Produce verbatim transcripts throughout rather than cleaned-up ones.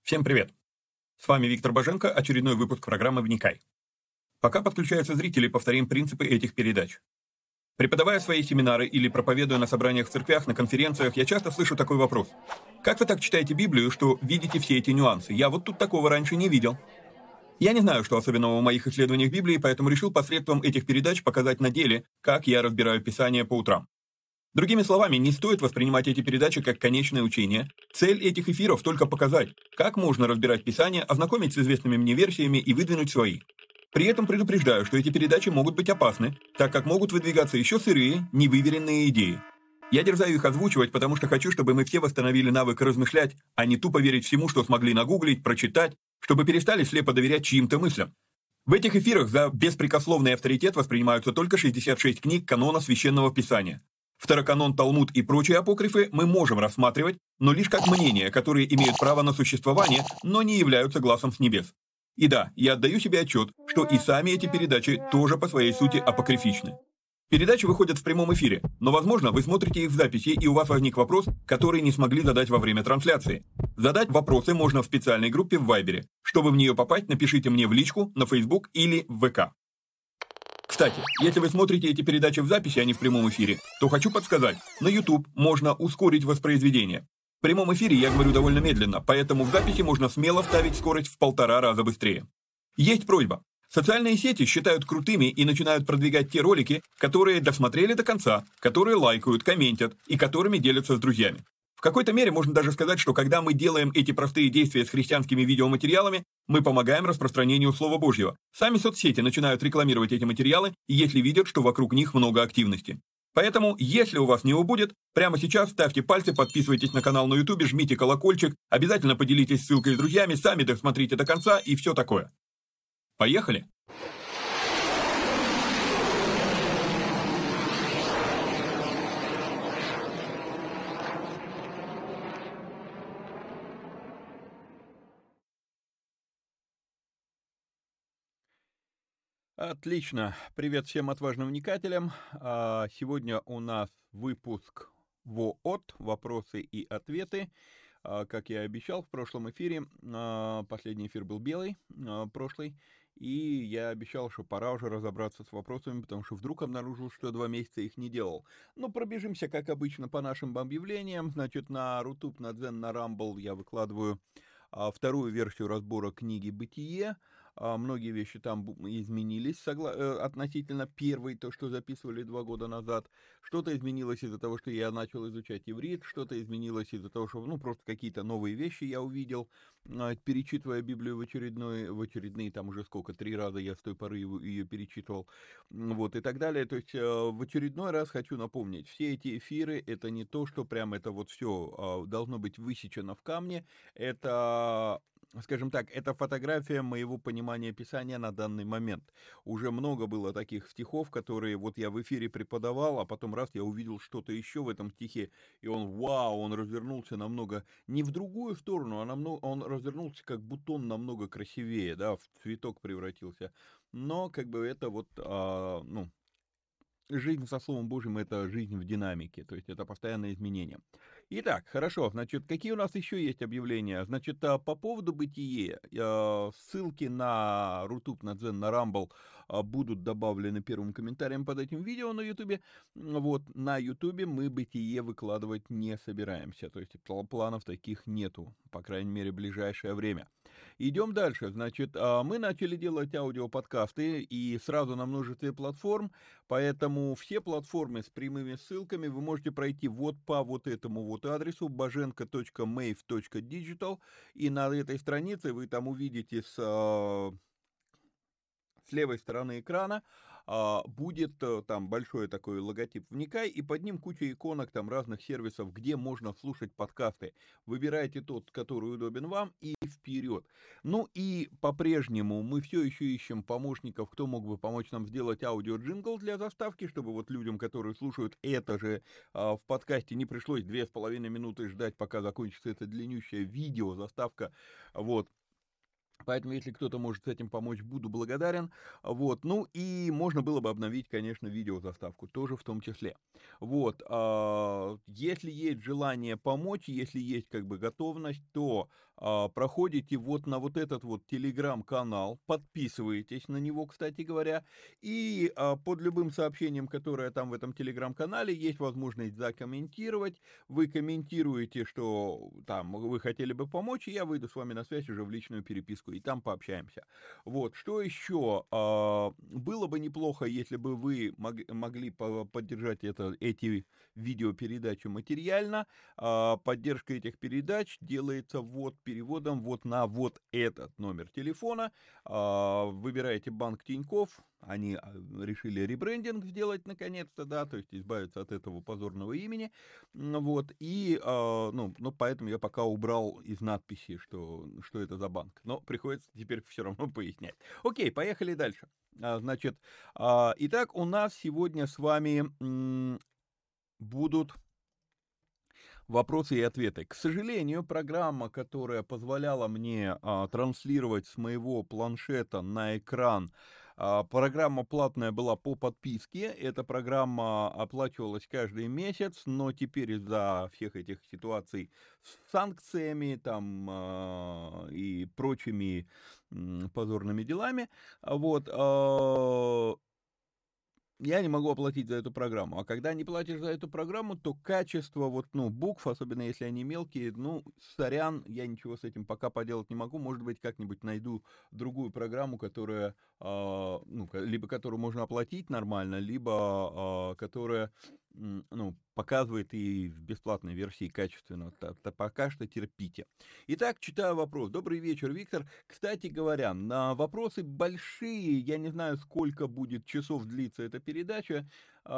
Всем привет! С вами Виктор Боженко, очередной выпуск программы «Вникай». Пока подключаются зрители, повторим принципы этих передач. Преподавая свои семинары или проповедуя на собраниях в церквях, на конференциях, я часто слышу такой вопрос. Как вы так читаете Библию, что видите все эти нюансы? Я вот тут такого раньше не видел. Я не знаю, что особенного в моих исследованиях Библии, поэтому решил посредством этих передач показать на деле, как я разбираю Писание по утрам. Другими словами, не стоит воспринимать эти передачи как конечное учение. Цель этих эфиров только показать, как можно разбирать Писание, ознакомить с известными мне версиями и выдвинуть свои. При этом предупреждаю, что эти передачи могут быть опасны, так как могут выдвигаться еще сырые, невыверенные идеи. Я дерзаю их озвучивать, потому что хочу, чтобы мы все восстановили навык размышлять, а не тупо верить всему, что смогли нагуглить, прочитать, чтобы перестали слепо доверять чьим-то мыслям. В этих эфирах за беспрекословный авторитет воспринимаются только шестьдесят шесть книг канона Священного Писания. Второканон, Талмуд и прочие апокрифы мы можем рассматривать, но лишь как мнения, которые имеют право на существование, но не являются гласом с небес. И да, я отдаю себе отчет, что и сами эти передачи тоже по своей сути апокрифичны. Передачи выходят в прямом эфире, но, возможно, вы смотрите их в записи, и у вас возник вопрос, который не смогли задать во время трансляции. Задать вопросы можно в специальной группе в Вайбере. Чтобы в нее попасть, напишите мне в личку, на Facebook или в ВК. Кстати, если вы смотрите эти передачи в записи, а не в прямом эфире, то хочу подсказать, на YouTube можно ускорить воспроизведение. В прямом эфире я говорю довольно медленно, поэтому в записи можно смело ставить скорость в полтора раза быстрее. Есть просьба. Социальные сети считают крутыми и начинают продвигать те ролики, которые досмотрели до конца, которые лайкают, комментят и которыми делятся с друзьями. В какой-то мере можно даже сказать, что когда мы делаем эти простые действия с христианскими видеоматериалами, мы помогаем распространению Слова Божьего. Сами соцсети начинают рекламировать эти материалы, если видят, что вокруг них много активности. Поэтому, если у вас не убудет, прямо сейчас ставьте пальцы, подписывайтесь на канал на YouTube, жмите колокольчик, обязательно поделитесь ссылкой с друзьями, сами досмотрите до конца и все такое. Поехали! Отлично. Привет всем отважным вникателям. А, Сегодня у нас выпуск ВООТ, вопросы и ответы. А, Как я и обещал в прошлом эфире, а, последний эфир был белый, а, прошлый, и я обещал, что пора уже разобраться с вопросами, потому что вдруг обнаружил, что два месяца их не делал. Ну, пробежимся, как обычно, по нашим объявлениям. Значит, на Рутуб, на Дзен, на Рамбл я выкладываю а, вторую версию разбора книги «Бытие». А, Многие вещи там бу- изменились согла- э, относительно первой, то, что записывали два года назад. Что-то изменилось из-за того, что я начал изучать иврит, что-то изменилось из-за того, что, ну, просто какие-то новые вещи я увидел, а, перечитывая Библию в очередной, в очередные, там уже сколько, три раза я с той поры его- ее перечитывал, м, вот, и так далее. То есть э, в очередной раз хочу напомнить, все эти эфиры, это не то, что прям это вот все должно быть высечено в камне, это... Скажем так, это фотография моего понимания Писания на данный момент. Уже много было таких стихов, которые вот я в эфире преподавал, а потом раз я увидел что-то еще в этом стихе, и он, вау, он развернулся намного, не в другую сторону, а намного, он развернулся как бутон намного красивее, да, в цветок превратился. Но как бы это вот, а, ну, жизнь со Словом Божьим — это жизнь в динамике, то есть это постоянное изменение. Итак, хорошо, значит, какие у нас еще есть объявления? Значит, а, по поводу бытие, а, ссылки на Рутуб, на Дзен, на Рамбл а, будут добавлены первым комментарием под этим видео на Ютубе. Вот, на Ютубе мы бытие выкладывать не собираемся, то есть пл- планов таких нету, по крайней мере, в ближайшее время. Идем дальше. Значит, а, мы начали делать аудиоподкасты и сразу на множестве платформ, поэтому все платформы с прямыми ссылками вы можете пройти вот по вот этому вот адресу боженко точка мейв точка диджитал, и на этой странице вы там увидите с, а, с левой стороны экрана а, будет э, там большой такой логотип «Вникай», и под ним куча иконок там разных сервисов, где можно слушать подкасты. Выбирайте тот, который удобен вам, и вперед. Ну и по-прежнему мы все еще ищем помощников, кто мог бы помочь нам сделать аудио-джингл для заставки, чтобы вот людям, которые слушают это же а, в подкасте, не пришлось две с половиной минуты ждать, пока закончится эта длиннющая видео-заставка. Вот. Поэтому, если кто-то может с этим помочь, буду благодарен. Вот. Ну и можно было бы обновить, конечно, видеозаставку, тоже в том числе. Вот. а, Если есть желание помочь, если есть как бы готовность, то а, проходите вот на вот этот вот телеграм-канал, подписываетесь на него, кстати говоря, и а, под любым сообщением, которое там в этом телеграм-канале, есть возможность закомментировать. Вы комментируете, что там вы хотели бы помочь, и я выйду с вами на связь уже в личную переписку, и там пообщаемся. Вот, что еще? А, Было бы неплохо, если бы вы мог- могли по- поддержать это, эти видеопередачи материально. А, Поддержка этих передач делается вот переводом вот на вот этот номер телефона. А, Выбираете банк Тинькофф. Они а, решили ребрендинг сделать наконец-то, да, то есть избавиться от этого позорного имени. М, Вот, и, а, ну, ну, поэтому я пока убрал из надписи, что, что это за банк. Но приходится теперь все равно пояснять. Окей, поехали дальше. А, Значит, а, итак, у нас сегодня с вами м, будут вопросы и ответы. К сожалению, программа, которая позволяла мне а, транслировать с моего планшета на экран, а, программа платная была по подписке. Эта программа оплачивалась каждый месяц, но теперь из-за всех этих ситуаций с санкциями там а, и прочими м, позорными делами, а, вот, а, я не могу оплатить за эту программу. А когда не платишь за эту программу, то качество вот, ну, букв, особенно если они мелкие, ну, сорян, я ничего с этим пока поделать не могу. Может быть, как-нибудь найду другую программу, которая, а, ну, ка- либо которую можно оплатить нормально, либо а, которая, м, ну, показывает и в бесплатной версии качественно. Та- та- пока что терпите. Итак, читаю вопрос. Добрый вечер, Виктор. Кстати говоря, на вопросы большие, я не знаю, сколько будет часов длиться эта передача,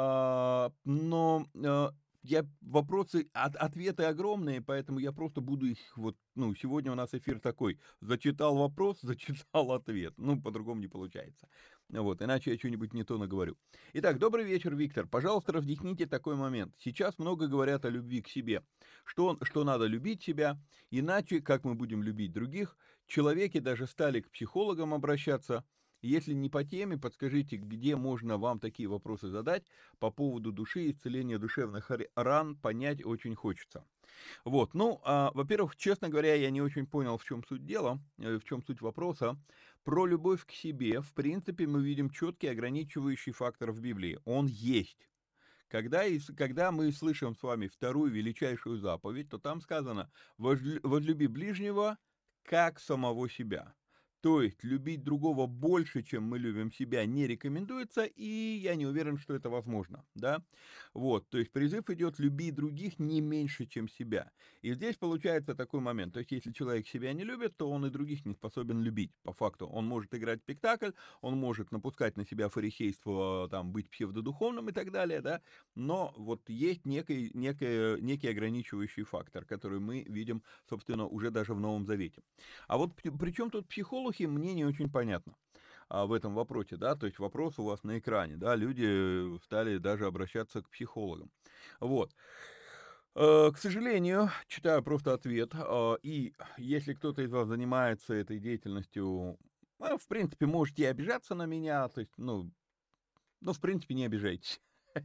а, но а, я вопросы, от- ответы огромные, поэтому я просто буду их вот, ну, сегодня у нас эфир такой, зачитал вопрос, зачитал ответ, ну, по-другому не получается, вот, иначе я что-нибудь не то наговорю. Итак, добрый вечер, Виктор, пожалуйста, разъясните такой момент. Сейчас много говорят о любви к себе, что, что надо любить себя, иначе, как мы будем любить других, человеки даже стали к психологам обращаться. Если не по теме, подскажите, где можно вам такие вопросы задать по поводу души, исцеления душевных р- ран, понять очень хочется. Вот, ну, а, во-первых, честно говоря, я не очень понял, в чем суть дела, э, в чем суть вопроса. Про любовь к себе, в принципе, мы видим четкий ограничивающий фактор в Библии. Он есть. Когда, ис- когда мы слышим с вами вторую величайшую заповедь, то там сказано «Возлю- «возлюби ближнего, как самого себя». То есть любить другого больше, чем мы любим себя, не рекомендуется, и я не уверен, что это возможно, да. Вот, то есть призыв идет «люби других не меньше, чем себя». И здесь получается такой момент, то есть если человек себя не любит, то он и других не способен любить, по факту. Он может играть спектакль, он может напускать на себя фарисейство, там, быть псевдодуховным и так далее, да, но вот есть некий, некий, некий ограничивающий фактор, который мы видим, собственно, уже даже в Новом Завете. А вот при чем тут психологи, мне не очень понятно а, в этом вопросе, да, то есть вопрос у вас на экране, да, люди стали даже обращаться к психологам. Вот. Э, К сожалению, читаю просто ответ, а, и если кто-то из вас занимается этой деятельностью, а, в принципе, можете и обижаться на меня, то есть, ну, ну, в принципе, не обижайтесь.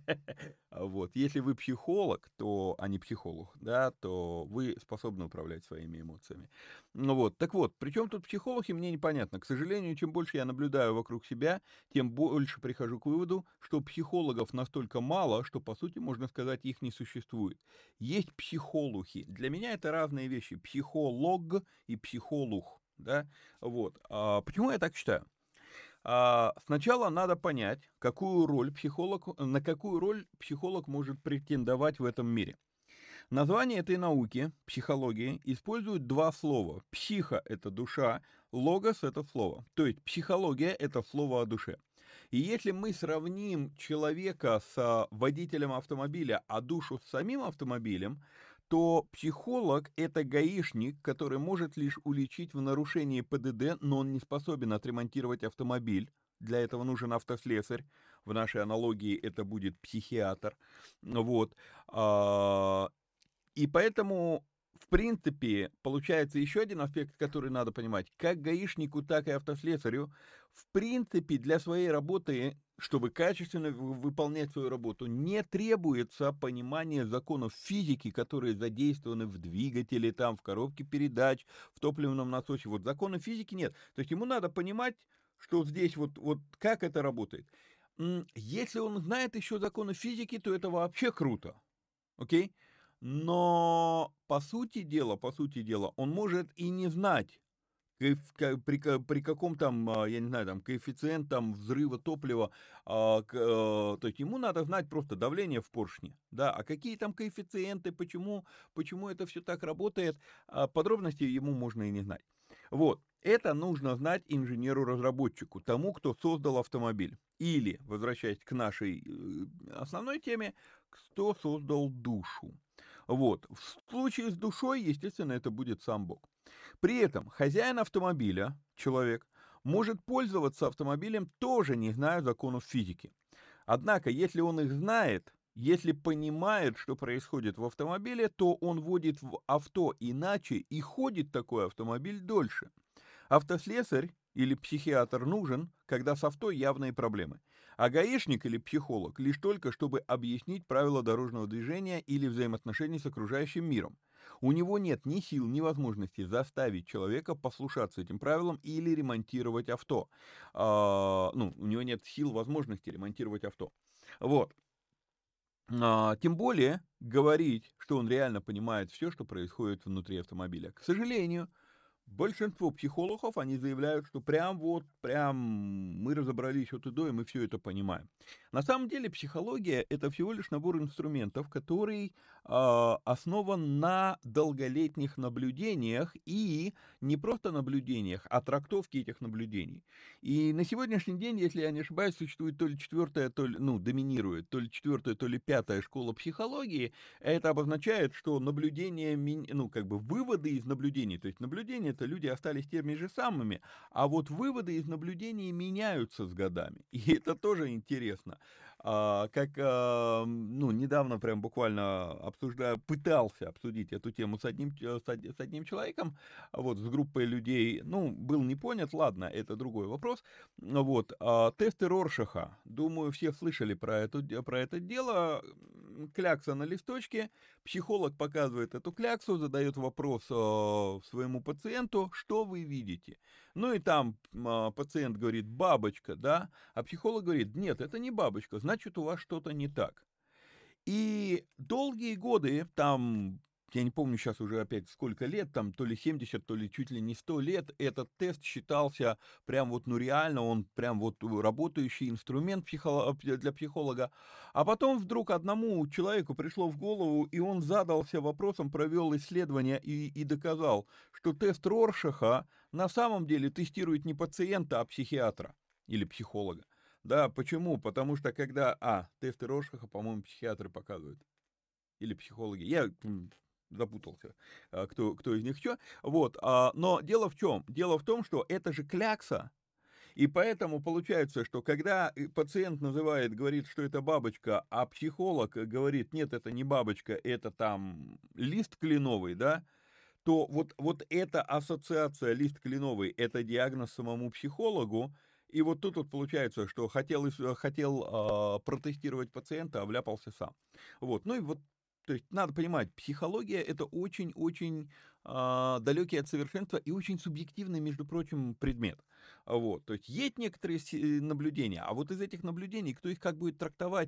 А Вот. Если вы психолог, то, а не психолог, да, то вы способны управлять своими эмоциями. Ну вот, так вот, причем тут психологи, мне непонятно. К сожалению, чем больше я наблюдаю вокруг себя, тем больше прихожу к выводу, что психологов настолько мало, что, по сути, можно сказать, их не существует. Есть психологи. Для меня это разные вещи. Психолог и психолог, да, вот. А почему я так считаю? А, Сначала надо понять, какую роль психолог, на какую роль психолог может претендовать в этом мире. Название этой науки, психологии, используют два слова. Психо– это душа, логос– это слово. То есть психология– это слово о душе. И если мы сравним человека с а, водителем автомобиля, а душу с самим автомобилем, то психолог– это гаишник, который может лишь уличить в нарушении П Д Д, но он не способен отремонтировать автомобиль. Для этого нужен автослесарь. В нашей аналогии это будет психиатр. Вот. А, И поэтому В принципе, получается еще один аспект, который надо понимать. Как гаишнику, так и автослесарю, в принципе, для своей работы, чтобы качественно вы- выполнять свою работу, не требуется понимание законов физики, которые задействованы в двигателе, там, в коробке передач, в топливном насосе. Вот законов физики нет. То есть ему надо понимать, что здесь вот, вот как это работает. М, Если он знает еще законы физики, то это вообще круто. Окей? Но по сути дела, по сути дела, он может и не знать, каэф- ка- при, ка- при каком там, а, я не знаю, там, коэффициент там, взрыва топлива, а, к- э, то есть ему надо знать просто давление в поршне, да, а какие там коэффициенты, почему, почему это все так работает, а, подробностей ему можно и не знать. Вот, это нужно знать инженеру-разработчику, тому, кто создал автомобиль. Или, возвращаясь к нашей э, основной теме, кто создал душу. Вот, в случае с душой, естественно, это будет сам Бог. При этом хозяин автомобиля, человек, может пользоваться автомобилем, тоже не зная законов физики. Однако, если он их знает, если понимает, что происходит в автомобиле, то он водит в авто иначе и ходит такой автомобиль дольше. Автослесарь или психиатр нужен, когда с авто явные проблемы. А гаишник или психолог лишь только, чтобы объяснить правила дорожного движения или взаимоотношений с окружающим миром. У него нет ни сил, ни возможности заставить человека послушаться этим правилам или ремонтировать авто. А, ну, у него нет сил, возможности ремонтировать авто. Вот. А, тем более говорить, что он реально понимает все, что происходит внутри автомобиля. К сожалению, большинство психологов, они заявляют, что прям вот, прям мы разобрались от и до, и мы все это понимаем. На самом деле психология — это всего лишь набор инструментов, который а, основан на долголетних наблюдениях и не просто наблюдениях, а трактовке этих наблюдений. И на сегодняшний день, если я не ошибаюсь, существует то ли четвертая, то ли, ну, доминирует, то ли четвертая, то ли пятая школа психологии. Это обозначает, что наблюдение, ми- ну, как бы выводы из наблюдений, то есть наблюдения — это люди остались теми же самыми, а вот выводы из наблюдений меняются с годами. И это тоже интересно. А, как, а, ну, недавно прям буквально обсуждаю, пытался обсудить эту тему с одним, ч- с од- с одним человеком, вот, с группой людей, ну, был не понят, ладно, это другой вопрос. Вот, а, тесты Роршаха, думаю, все слышали про, эту, де- про это дело. М, клякса на листочке, психолог показывает эту кляксу, задает вопрос э, своему пациенту, что вы видите. Ну и там а, пациент говорит, бабочка, да, а психолог говорит, нет, это не бабочка, значит, у вас что-то не так. И долгие годы, там, я не помню сейчас уже опять сколько лет, там то ли семьдесят, то ли чуть ли не сто лет, этот тест считался прям вот, ну реально, он прям вот работающий инструмент психоло- для психолога. А потом вдруг одному человеку пришло в голову, и он задался вопросом, провел исследование и, и доказал, что тест Роршаха на самом деле тестирует не пациента, а психиатра или психолога. Да, почему? Потому что когда, а, тесты Роршаха, по-моему, психиатры показывают, или психологи, я м, запутался, а, кто, кто из них что, вот, а, но дело в чем? Дело в том, что это же клякса, и поэтому получается, что когда э, пациент называет, говорит, что это бабочка, а психолог говорит, нет, это не бабочка, это там лист кленовый, да, то вот, вот эта ассоциация лист кленовый — это диагноз самому психологу, и вот тут вот получается, что хотел, ис- хотел а, протестировать пациента, а вляпался сам. Вот, ну и вот, то есть надо понимать, психология — это очень-очень а, далекий от совершенства и очень субъективный, между прочим, предмет. Вот, то есть есть некоторые си- наблюдения, а вот из этих наблюдений, кто их как будет трактовать,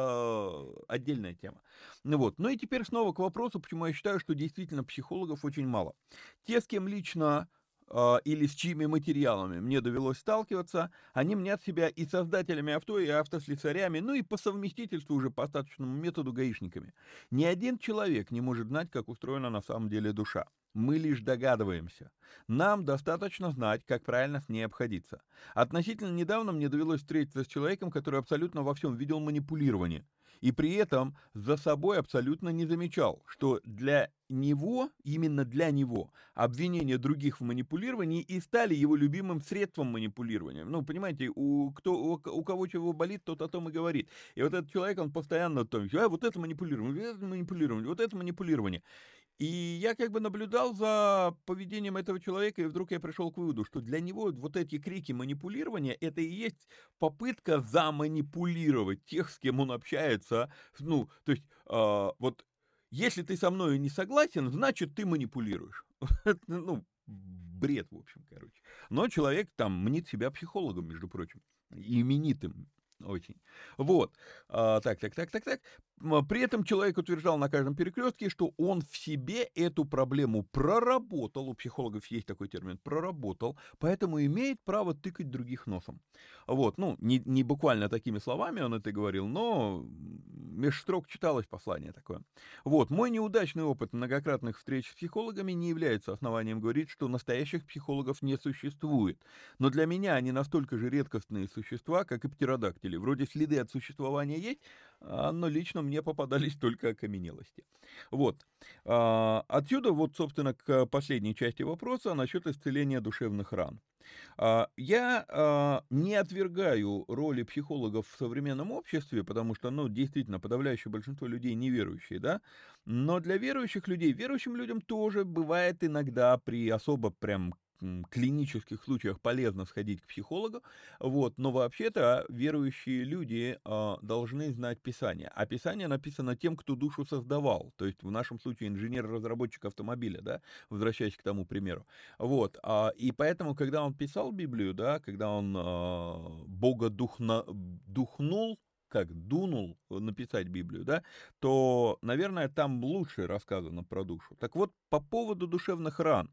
это отдельная тема. Ну вот. Ну и теперь снова к вопросу, почему я считаю, что действительно психологов очень мало. Те, с кем лично а, или с чьими материалами мне довелось сталкиваться, они мнят себя и создателями авто, и автослесарями, ну и по совместительству уже по остаточному методу гаишниками. Ни один человек не может знать, как устроена на самом деле душа. Мы лишь догадываемся. Нам достаточно знать, как правильно с ней обходиться. Относительно недавно мне довелось встретиться с человеком, который абсолютно во всем видел манипулирование. И при этом за собой абсолютно не замечал, что для него, именно для него, обвинения других в манипулировании и стали его любимым средством манипулирования. Ну, понимаете, у, кто, у, у кого чего болит, тот о том и говорит. И вот этот человек, он постоянно о том, а вот это манипулирование, вот это манипулирование, вот это манипулирование. И я как бы наблюдал за поведением этого человека, и вдруг я пришел к выводу, что для него вот эти крики манипулирования — это и есть попытка заманипулировать тех, с кем он общается. Ну, то есть, а, вот если ты со мною не согласен, значит, ты манипулируешь. Это, ну, бред, в общем, короче. Но человек там мнит себя психологом, между прочим, именитым очень. Вот. А, так, так, так, так, так. М, При этом человек утверждал на каждом перекрестке, что он в себе эту проблему проработал, у психологов есть такой термин, проработал, поэтому имеет право тыкать других носом. Вот, ну, не, не буквально такими словами он это говорил, но меж строк читалось послание такое. Вот, мой неудачный опыт многократных встреч с психологами не является основанием говорить, что настоящих психологов не существует. Но для меня они настолько же редкостные существа, как и птеродактили. Вроде следы от существования есть, а, но лично мне попадались только окаменелости. Вот. А, Отсюда вот, собственно, к последней части вопроса насчет исцеления душевных ран. А, Я а, не отвергаю роли психологов в современном обществе, потому что, ну, действительно, подавляющее большинство людей неверующие, да, но для верующих людей, верующим людям тоже бывает иногда при особо прям м, клинических случаях полезно сходить к психологу, вот, но вообще-то верующие люди а, должны знать Писание, а Писание написано тем, кто душу создавал, то есть в нашем случае инженер-разработчик автомобиля, да, возвращаясь к тому примеру. Вот, а, и поэтому, когда он писал Библию, да, когда он а, Бога духна, духнул, как дунул написать Библию, да, то, наверное, там лучше рассказано про душу. Так вот, по поводу душевных ран.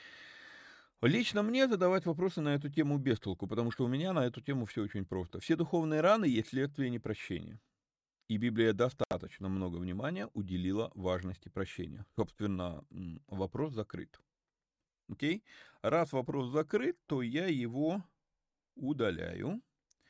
Лично мне задавать вопросы на эту тему без толку, потому что у меня на эту тему все очень просто. Все духовные раны есть следствие непрощения. И Библия достаточно много внимания уделила важности прощения. Собственно, м, вопрос закрыт. Окей? Раз вопрос закрыт, то я его удаляю,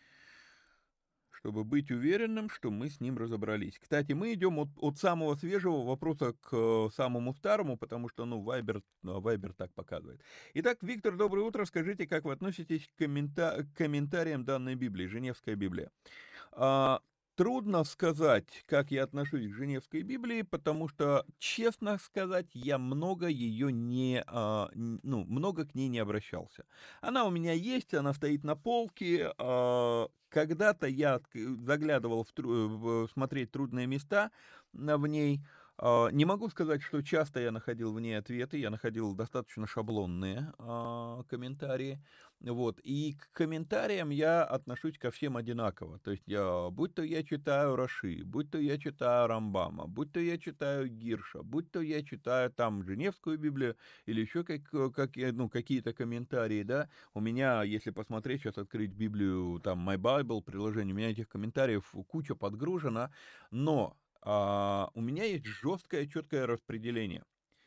чтобы быть уверенным, что мы с ним разобрались. Кстати, мы идем от, от самого свежего вопроса к э, самому старому, потому что, ну, Вайбер, Вайбер так показывает. Итак, Виктор, доброе утро. Скажите, как вы относитесь к, коммента- к комментариям данной Библии, Женевская Библия? А, Трудно сказать, как я отношусь к Женевской Библии, потому что, честно сказать, я много ее не, а, н- ну, много к ней не обращался. Она у меня есть, она стоит на полке. а, Когда-то я отк- заглядывал в, тру- в- смотреть трудные места а, в ней. А, Не могу сказать, что часто я находил в ней ответы, я находил достаточно шаблонные а, комментарии. Вот. И к комментариям я отношусь ко всем одинаково. То есть, я, будь то я читаю Раши, будь то я читаю Рамбама, будь то я читаю Гирша, будь то я читаю там Женевскую Библию или еще как, как, я, ну, какие-то комментарии, да, у меня, если посмотреть, сейчас открыть Библию, там, My Bible, приложение, у меня этих комментариев куча подгружена, но а, у меня есть жесткое, четкое распределение.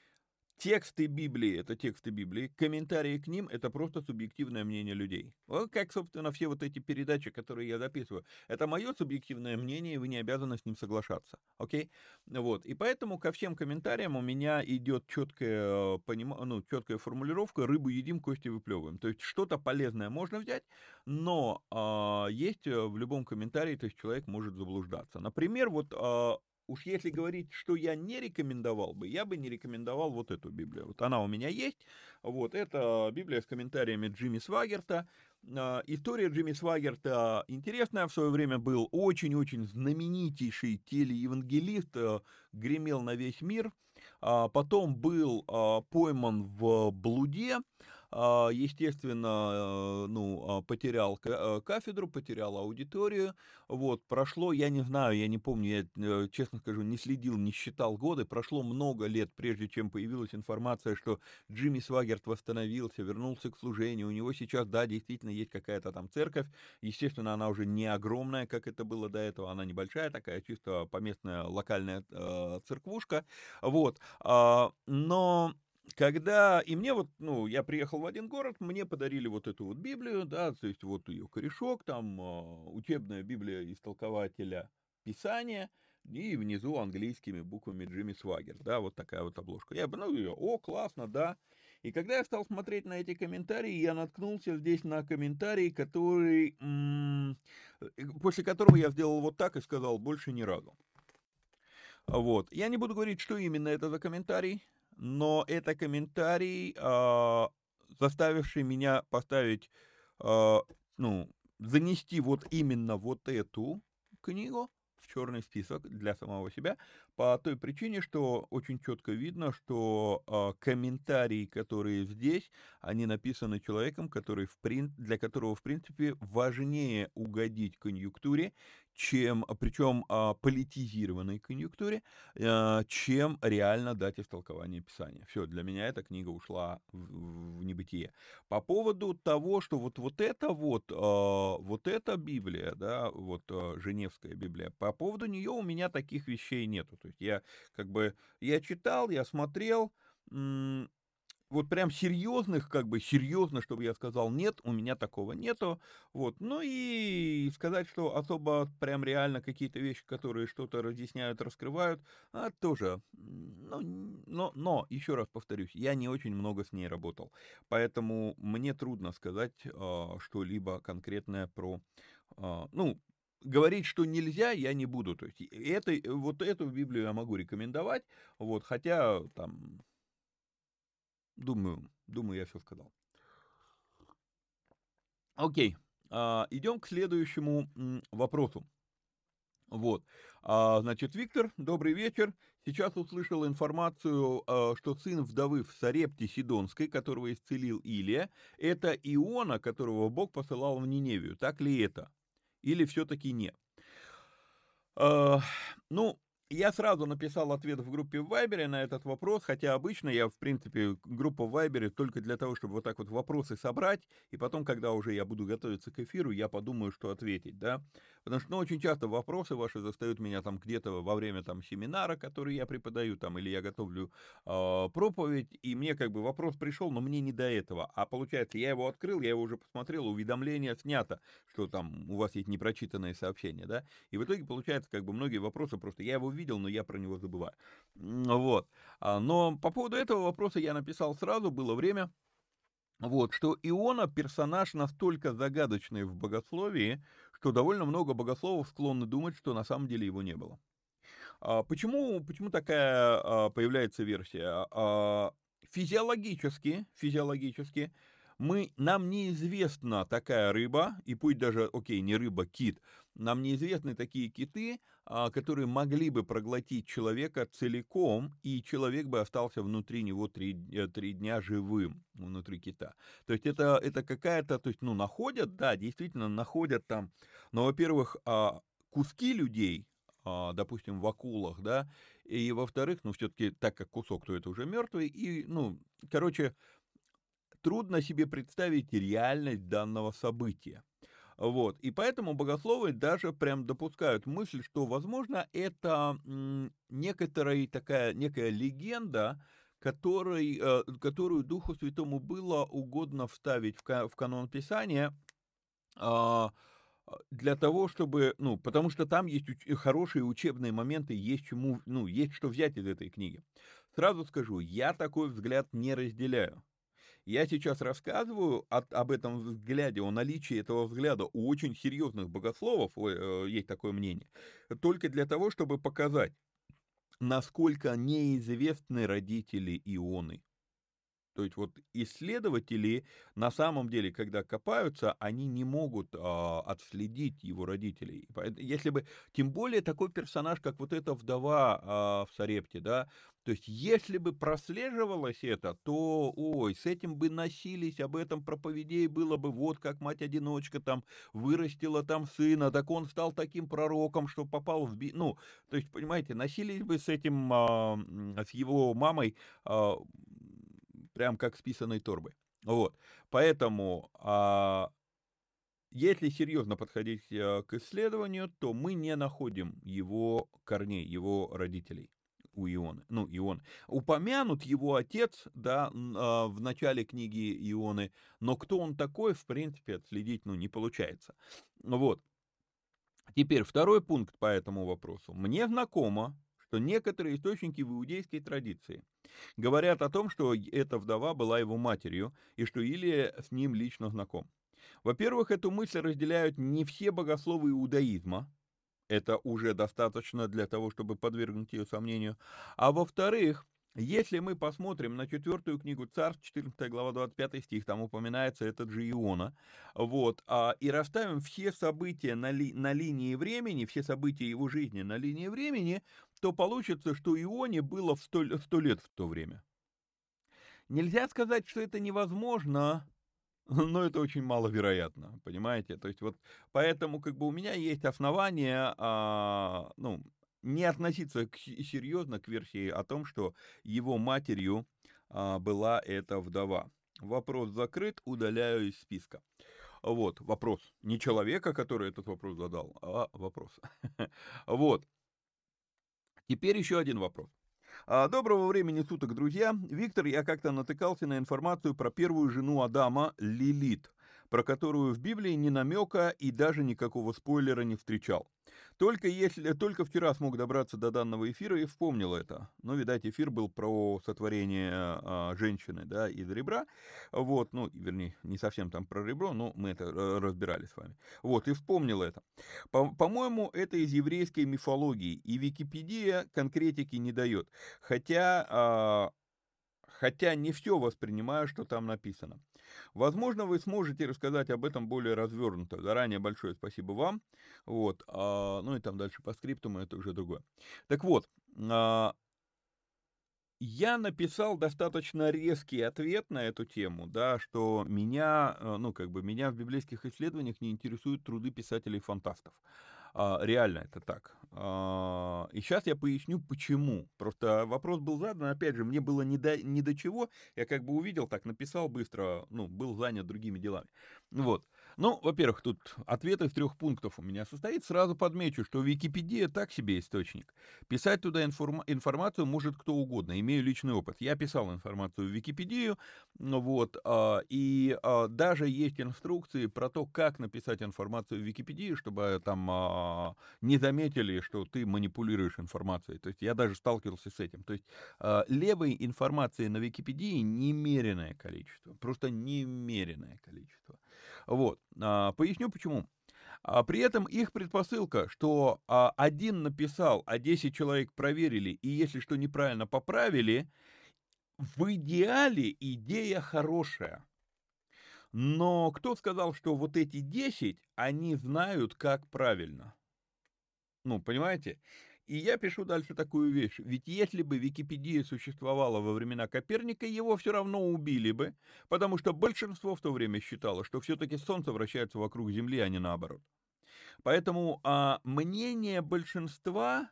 Тексты Библии — это тексты Библии, комментарии к ним — это просто субъективное мнение людей. Вот как, собственно, все вот эти передачи, которые я записываю. Это мое субъективное мнение, и вы не обязаны с ним соглашаться. Окей? Вот. И поэтому ко всем комментариям у меня идет четкая, поним... ну, четкая формулировка: рыбу едим, кости выплевываем. То есть что-то полезное можно взять, но а, есть э, в любом комментарии, то есть человек может заблуждаться. Например, вот а, уж если говорить, что я не рекомендовал бы, я бы не рекомендовал вот эту Библию. Вот она у меня есть. Вот это Библия с комментариями Джимми Свагерта. А, История Джимми Свагерта интересная. В свое время был очень-очень знаменитейший телеевангелист, э, гремел на весь мир. А, Потом был а, пойман в блуде. А, Естественно, э, ну, а, потерял ка- э, кафедру, потерял аудиторию. Вот, прошло, я не знаю, я не помню, я, э, честно скажу, не следил, не считал годы. Прошло много лет, прежде чем появилась информация, что Джимми Свагерт восстановился, вернулся к служению. У него сейчас, да, действительно есть какая-то там церковь. Естественно, она уже не огромная, как это было до этого. Она небольшая такая, чисто поместная локальная э, церквушка. Вот. А, но когда, и мне вот, ну, я приехал в один город, мне подарили вот эту вот Библию, да, то есть вот ее корешок, там а, учебная Библия истолкователя Писания, и внизу английскими буквами Джимми Свагер, да, вот такая вот обложка. Я бы, ну, ее, о, классно, да. И когда я стал смотреть на эти комментарии, я наткнулся здесь на комментарий, который, м, э, после которого я сделал вот так и сказал: больше ни разу. Вот. Я не буду говорить, что именно это за комментарий. но это комментарий, а, заставивший меня поставить, а, ну, занести вот именно вот эту книгу в черный список для самого себя, по той причине, что очень четко видно, что а, комментарии, которые здесь, они написаны человеком, который в прин... для которого, в принципе, важнее угодить конъюнктуре, чем, причем а, политизированной конъюнктуре, а, чем реально дать истолкование Писания. Все, для меня эта книга ушла в, в небытие. По поводу того, что вот, вот это вот, а, вот эта Библия, да, вот а, Женевская Библия, по поводу нее у меня таких вещей нету. То есть я как бы, я читал, я смотрел, м, вот прям серьезных, как бы серьезно, чтобы я сказал нет, у меня такого нету. Вот. Ну и сказать, что особо прям реально какие-то вещи, которые что-то разъясняют, раскрывают, а, тоже. м, Ну, н- но, но, еще раз повторюсь, я не очень много с ней работал. Поэтому мне трудно сказать а, что-либо конкретное про, а, ну, говорить, что нельзя, я не буду. То есть и это, вот эту Библию я могу рекомендовать, вот, хотя там думаю, думаю, я все сказал. Окей, а, идем к следующему м, вопросу. Вот, а, значит, Виктор, добрый вечер. Сейчас услышал информацию, а, что сын вдовы в Сарепте Сидонской, которого исцелил Илия, это Иона, которого Бог посылал в Ниневию. Так ли это? Или все-таки нет? А, ну, я сразу написал ответ в группе в Вайбере на этот вопрос, хотя обычно я, в принципе, группа в Вайбере только для того, чтобы вот так вот вопросы собрать, и потом, когда уже я буду готовиться к эфиру, я подумаю, что ответить, да. Потому что, ну, очень часто вопросы ваши застают меня там где-то во время там семинара, который я преподаю, там, или я готовлю э, проповедь, и мне как бы вопрос пришел, но мне не до этого. А получается, я его открыл, я его уже посмотрел, уведомление снято, что там у вас есть непрочитанные сообщения, да. И в итоге получается, как бы многие вопросы просто я его видел, но я про него забываю. М, Вот. А, Но по поводу этого вопроса я написал сразу, было время. Вот, что Иона персонаж настолько загадочный в богословии, что довольно много богословов склонны думать, что на самом деле его не было. А почему, почему такая а, появляется версия? А, физиологически, физиологически мы, нам неизвестна такая рыба, и пусть даже, окей, не рыба, кит, нам неизвестны такие киты, а, которые могли бы проглотить человека целиком, и человек бы остался внутри него три, э, три дня живым, внутри кита. То есть это, это какая-то, то есть, ну, находят, да, действительно находят там, но, во-первых, а, куски людей, а, допустим, в акулах, да, и, во-вторых, ну, все-таки, так как кусок, то это уже мертвый, и, ну, короче, трудно себе представить реальность данного события. Вот, и поэтому богословы даже прям допускают мысль, что, возможно, это м, некоторая такая, некая легенда, который, э, которую Духу Святому было угодно вставить в, ка- в канон Писания, а, а, для того, чтобы, ну, потому что там есть уч- хорошие учебные моменты, есть чему, ну, есть что взять из этой книги. Сразу скажу, я такой взгляд не разделяю. Я сейчас рассказываю от- об этом взгляде, о наличии этого взгляда у очень серьезных богословов, ой, э, есть такое мнение, только для того, чтобы показать, насколько неизвестны родители Ионы. То есть вот исследователи на самом деле, когда копаются, они не могут а, отследить его родителей. Поэт- Если бы, тем более такой персонаж, как вот эта вдова а, в Сарепте, да, то есть если бы прослеживалось это, то, ой, с этим бы носились, об этом проповедей было бы, вот как мать-одиночка там вырастила там сына, так он стал таким пророком, что попал в... Би... Ну, то есть, понимаете, носились бы с этим, а, м, с его мамой, а, прям как с писаной торбы. Вот. Поэтому, а, если серьезно подходить а, к исследованию, то мы не находим его корней, его родителей у Ионы. Ну, Ион. Упомянут его отец, да, н- а, в начале книги Ионы, но кто он такой, в принципе, отследить, ну, не получается. Вот. Теперь второй пункт по этому вопросу. Мне знакомо, что некоторые источники в иудейской традиции говорят о том, что эта вдова была его матерью, и что Илия с ним лично знаком. Во-первых, эту мысль разделяют не все богословы иудаизма, это уже достаточно для того, чтобы подвергнуть ее сомнению. А во-вторых, Если мы посмотрим на четвертую книгу Царств, четырнадцатая глава, двадцать пятый стих, там упоминается этот же Иона, вот, а, и расставим все события на, ли, на линии времени, все события его жизни на линии времени, то получится, что Ионе было в сто, сто лет в то время. Нельзя сказать, что это невозможно, но это очень маловероятно, понимаете? То есть вот поэтому как бы у меня есть основания, а, ну, не относиться к, серьезно к версии о том, что его матерью а, была эта вдова. Вопрос закрыт, удаляю из списка. Вот, вопрос. Не человека, который этот вопрос задал, а вопрос. Вот. Теперь еще один вопрос. А, Доброго времени суток, друзья. Виктор, я как-то натыкался на информацию про первую жену Адама, Лилит, про которую в Библии ни намека и даже никакого спойлера не встречал. Только, если, только вчера смог добраться до данного эфира и вспомнил это. Но, видать, эфир был про сотворение а, женщины, да, из ребра. Вот, ну, вернее, не совсем там про ребро, но мы это э, разбирали с вами. Вот, и вспомнил это. По- По-моему, это из еврейской мифологии, и Википедия конкретики не дает. Хотя, а, хотя не все воспринимаю, что там написано. Возможно, вы сможете рассказать об этом более развернуто. Заранее большое спасибо вам. Вот, а, ну и там дальше по скриптуму это уже другое. Так вот, а, я написал достаточно резкий ответ на эту тему, да, что меня, э, ну, как бы, меня в библейских исследованиях не интересуют труды писателей-фантастов. А, реально это так. А, и сейчас я поясню, почему. Просто вопрос был задан, опять же, мне было не до, не до чего, я как бы увидел, так написал быстро, ну, был занят другими делами. Вот. Ну, во-первых, тут ответ из трех пунктов у меня состоит. Сразу подмечу, что Википедия так себе источник. Писать туда информ- информацию может кто угодно, имею личный опыт. Я писал информацию в Википедию, ну вот, а, и а, даже есть инструкции про то, как написать информацию в Википедии, чтобы там а, не заметили, что ты манипулируешь информацией. То есть я даже сталкивался с этим. То есть а, левой информации на Википедии немеренное количество, просто немеренное количество. Вот, а, поясню почему. А при этом их предпосылка, что а, один написал, а десять человек проверили, и если что неправильно поправили, в идеале идея хорошая. Но кто сказал, что вот эти десять, они знают, как правильно? Ну, понимаете? И я пишу дальше такую вещь. Ведь если бы Википедия существовала во времена Коперника, его все равно убили бы, потому что большинство в то время считало, что все-таки Солнце вращается вокруг Земли, а не наоборот. Поэтому а, мнение большинства,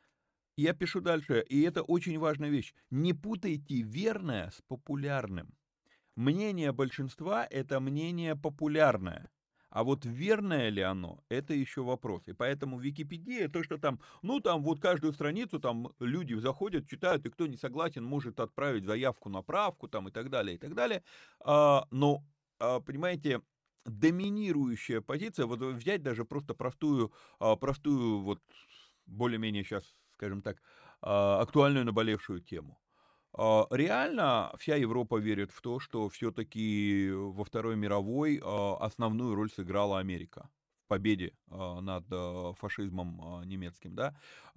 я пишу дальше, и это очень важная вещь, не путайте верное с популярным. Мнение большинства – это мнение популярное. А вот верное ли оно, это еще вопрос. И поэтому Википедия, то, что там, ну там вот каждую страницу там люди заходят, читают, и кто не согласен, может отправить заявку на правку там и так далее, и так далее. А, но, а, понимаете, доминирующая позиция, вот взять даже просто простую, а, простую вот более-менее сейчас, скажем так, а, актуальную наболевшую тему. А, Реально вся Европа верит в то, что все-таки во Второй мировой а, основную роль сыграла Америка в победе а, над а, фашизмом а, немецким, да.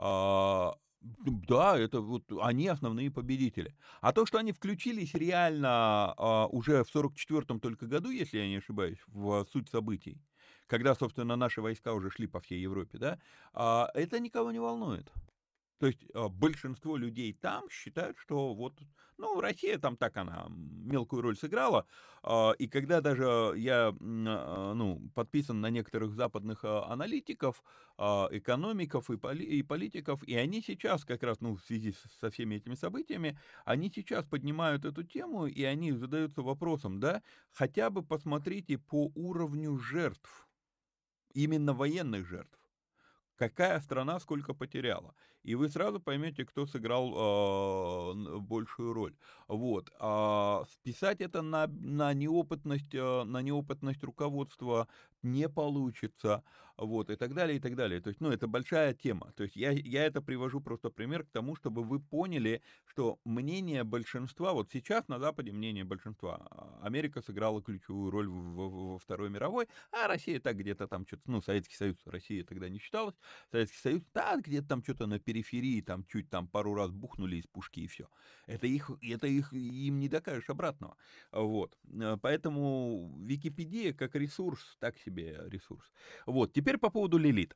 А, Да, это вот они основные победители. А то, что они включились реально а, уже в сорок четвёртом только году, если я не ошибаюсь, в суть событий, когда, собственно, наши войска уже шли по всей Европе, да, а, это никого не волнует. То есть а, большинство людей там считают, что вот, ну, Россия там так она мелкую роль сыграла, а, и когда даже я, м, а, ну, подписан на некоторых западных а, аналитиков, а, экономиков и, поли- и политиков, и они сейчас как раз, ну, в связи с- со всеми этими событиями, они сейчас поднимают эту тему, и они задаются вопросом, да, хотя бы посмотрите по уровню жертв, именно военных жертв. Какая страна сколько потеряла. И вы сразу поймете, кто сыграл а, н- большую роль. Вот. А списать это на, на неопытность, а, на неопытность руководства не получится. вот, и так далее, и так далее. То есть, ну, это большая тема. То есть я, я это привожу просто пример к тому, чтобы вы поняли, что мнение большинства, вот сейчас на Западе мнение большинства, а, Америка сыграла ключевую роль в- в- во Второй мировой, а Россия так где-то там что-то, ну, Советский Союз, Россия тогда не считалась, Советский Союз, да, где-то там что-то на периферии, там чуть там пару раз бухнули из пушки и все. Это их, это их, им не докажешь обратного. Вот. Э, Поэтому Википедия как ресурс, так себе ресурс. Вот. Теперь по поводу Лилит.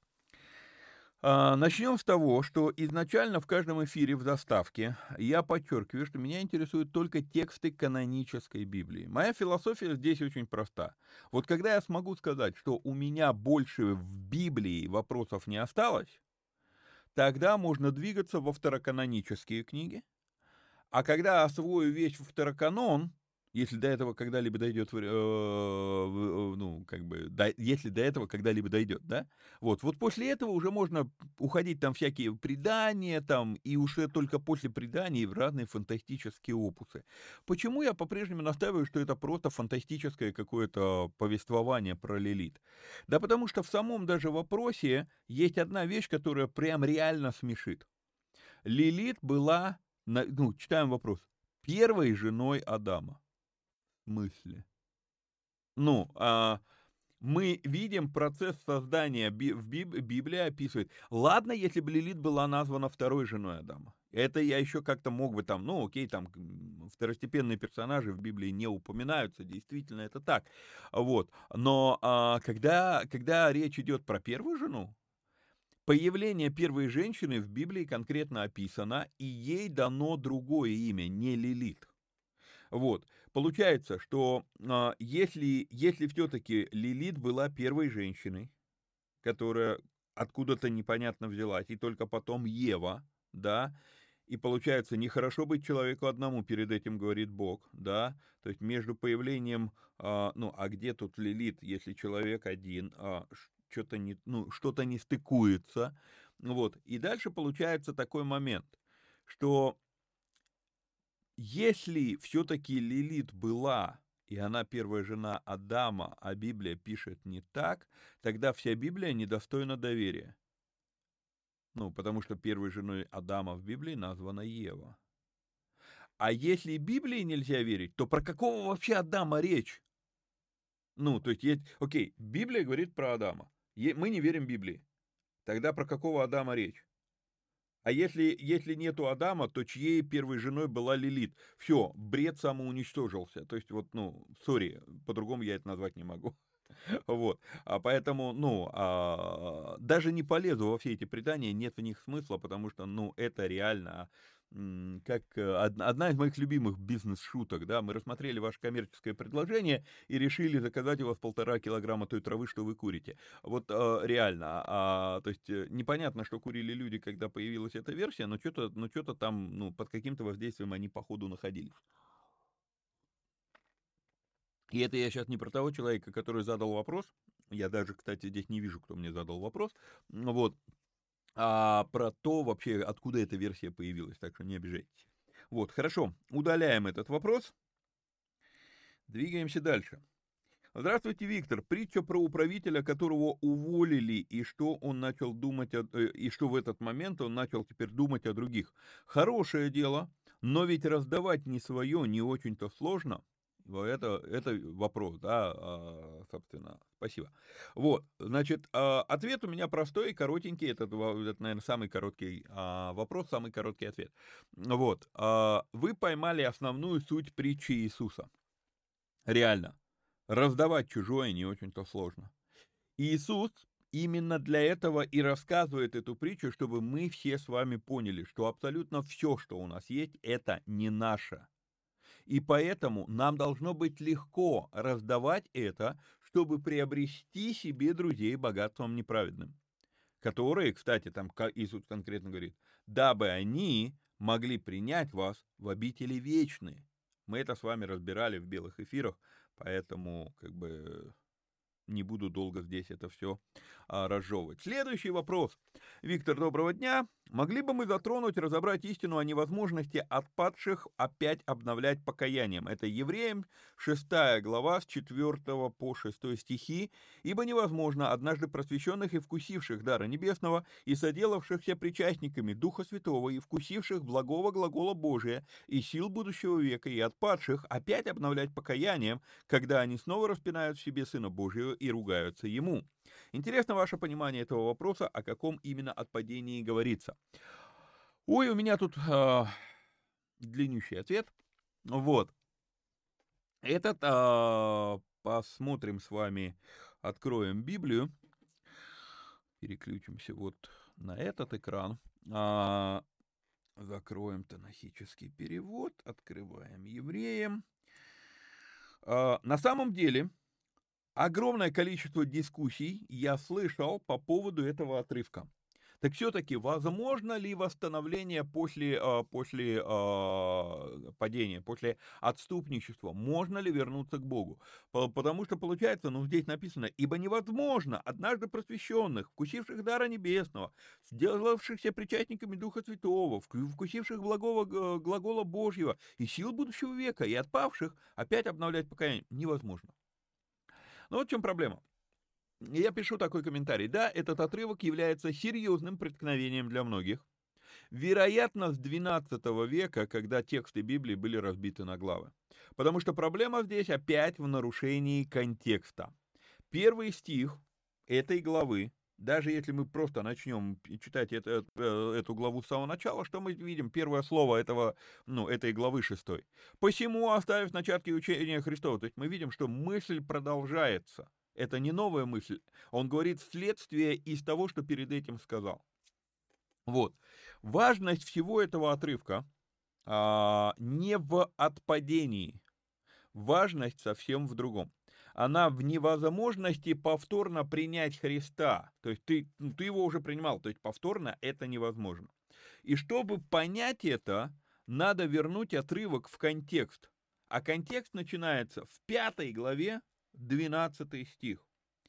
А, Начнем с того, что изначально в каждом эфире в заставке я подчеркиваю, что меня интересуют только тексты канонической Библии. Моя философия здесь очень проста. Вот когда я смогу сказать, что у меня больше в Библии вопросов не осталось, тогда можно двигаться во второканонические книги, а когда освою весь второканон, если до этого когда-либо дойдет, вре- э, в- э, ну, как бы, до- если до этого когда-либо дойдет, да, вот, вот после этого уже можно уходить там всякие предания, там, и уже только после преданий в разные фантастические опусы. Почему я по-прежнему настаиваю, что это просто фантастическое какое-то повествование про Лилит? Да потому что в самом даже вопросе есть одна вещь, которая прям реально смешит. Лилит была, на- ну, читаем вопрос, первой женой Адама. В смысле? Ну, а, мы видим процесс создания, Би- в Биб- Библия описывает. Ладно, если бы Лилит была названа второй женой Адама. Это я еще как-то мог бы там, ну окей, там м, второстепенные персонажи в Библии не упоминаются, действительно это так. Вот. Но а, когда, когда речь идет про первую жену, появление первой женщины в Библии конкретно описано, и ей дано другое имя, не Лилит. Вот. Получается, что а, если, если все-таки Лилит была первой женщиной, которая откуда-то непонятно взялась, и только потом Ева, да, и получается, нехорошо быть человеку одному, перед этим говорит Бог, да, то есть между появлением, а, ну, а где тут Лилит, если человек один, а, что-то не, ну, что-то не стыкуется, вот, и дальше получается такой момент, что если все-таки Лилит была, и она первая жена Адама, а Библия пишет не так, тогда вся Библия недостойна доверия. Ну, потому что первой женой Адама в Библии названа Ева. А если Библии нельзя верить, то про какого вообще Адама речь? Ну, то есть, есть, окей, Библия говорит про Адама. Е- мы не верим Библии. Тогда про какого Адама речь? А если, если нету Адама, то чьей первой женой была Лилит? Все, бред самоуничтожился. То есть, вот, ну, сори, по-другому я это назвать не могу. Вот. А поэтому, ну, а, даже не полезу во все эти предания, нет в них смысла, потому что, ну, это реально м, как э, од- одна из моих любимых бизнес-шуток, да, мы рассмотрели ваше коммерческое предложение и решили заказать у вас полтора килограмма той травы, что вы курите. Вот э, реально, а, то есть э, непонятно, что курили люди, когда появилась эта версия, но что-то, но что-то там, ну, под каким-то воздействием они по ходу находились. И это я сейчас не про того человека, который задал вопрос. Я даже, кстати, здесь не вижу, кто мне задал вопрос. Ну вот. А про то вообще, откуда эта версия появилась. Так что не обижайтесь. Вот, хорошо. Удаляем этот вопрос. Двигаемся дальше. Здравствуйте, Виктор. Притча про управителя, которого уволили, и что он начал думать, о, э, и что в этот момент он начал теперь думать о других. Хорошее дело, но ведь раздавать не свое не очень-то сложно. Вот Это, это вопрос, да, а, собственно, спасибо. Вот, значит, а, ответ у меня простой и коротенький, это, во- это, наверное, самый короткий а, вопрос, самый короткий ответ. Вот, а, вы поймали основную суть притчи Иисуса. Реально. Раздавать чужое не очень-то сложно. И Иисус именно для этого и рассказывает эту притчу, чтобы мы все с вами поняли, что абсолютно все, что у нас есть, это не наше. И поэтому нам должно быть легко раздавать это, чтобы приобрести себе друзей богатством неправедным. Которые, кстати, там Иисус конкретно говорит, дабы они могли принять вас в обители вечные. Мы это с вами разбирали в белых эфирах, поэтому как бы не буду долго здесь это все а, разжевывать. Следующий вопрос. Виктор, доброго дня. Могли бы мы затронуть, разобрать истину о невозможности отпадших опять обновлять покаянием? Это Евреям шестая глава с четвёртого по шестой стихи. «Ибо невозможно однажды просвещенных и вкусивших дара небесного, и соделавшихся причастниками Духа Святого, и вкусивших благого глагола Божия, и сил будущего века, и отпадших опять обновлять покаянием, когда они снова распинают в себе Сына Божьего и ругаются Ему». Интересно ваше понимание этого вопроса, о каком именно отпадении говорится. Ой, у меня тут э, длиннющий ответ. Вот. Этот, э, посмотрим с вами, откроем Библию, переключимся вот на этот экран, э, закроем тонахический перевод, открываем Евреям. Э, на самом деле, огромное количество дискуссий я слышал по поводу этого отрывка. Так все-таки возможно ли восстановление после, э, после э, падения, после отступничества? Можно ли вернуться к Богу? По- Потому что получается, ну здесь написано, «Ибо невозможно однажды просвещенных, вкусивших дара небесного, сделавшихся причастниками Духа Святого, вку- вкусивших благого г- глагола Божьего и сил будущего века, и отпавших опять обновлять покаяние». Невозможно. Но вот в чем проблема. Я пишу такой комментарий. Да, этот отрывок является серьезным преткновением для многих. Вероятно, с двенадцатого века, когда тексты Библии были разбиты на главы. Потому что проблема здесь опять в нарушении контекста. Первый стих этой главы, даже если мы просто начнем читать это, э, эту главу с самого начала, что мы видим? Первое слово этого, ну, этой главы шестой. «Посему, оставив начатки учения Христова», то есть мы видим, что мысль продолжается. Это не новая мысль. Он говорит следствие из того, что перед этим сказал. Вот. Важность всего этого отрывка а, не в отпадении. Важность совсем в другом. Она в невозможности повторно принять Христа. То есть ты, ну, ты его уже принимал, то есть повторно это невозможно. И чтобы понять это, надо вернуть отрывок в контекст. А контекст начинается в пятой главе, двенадцатый стих.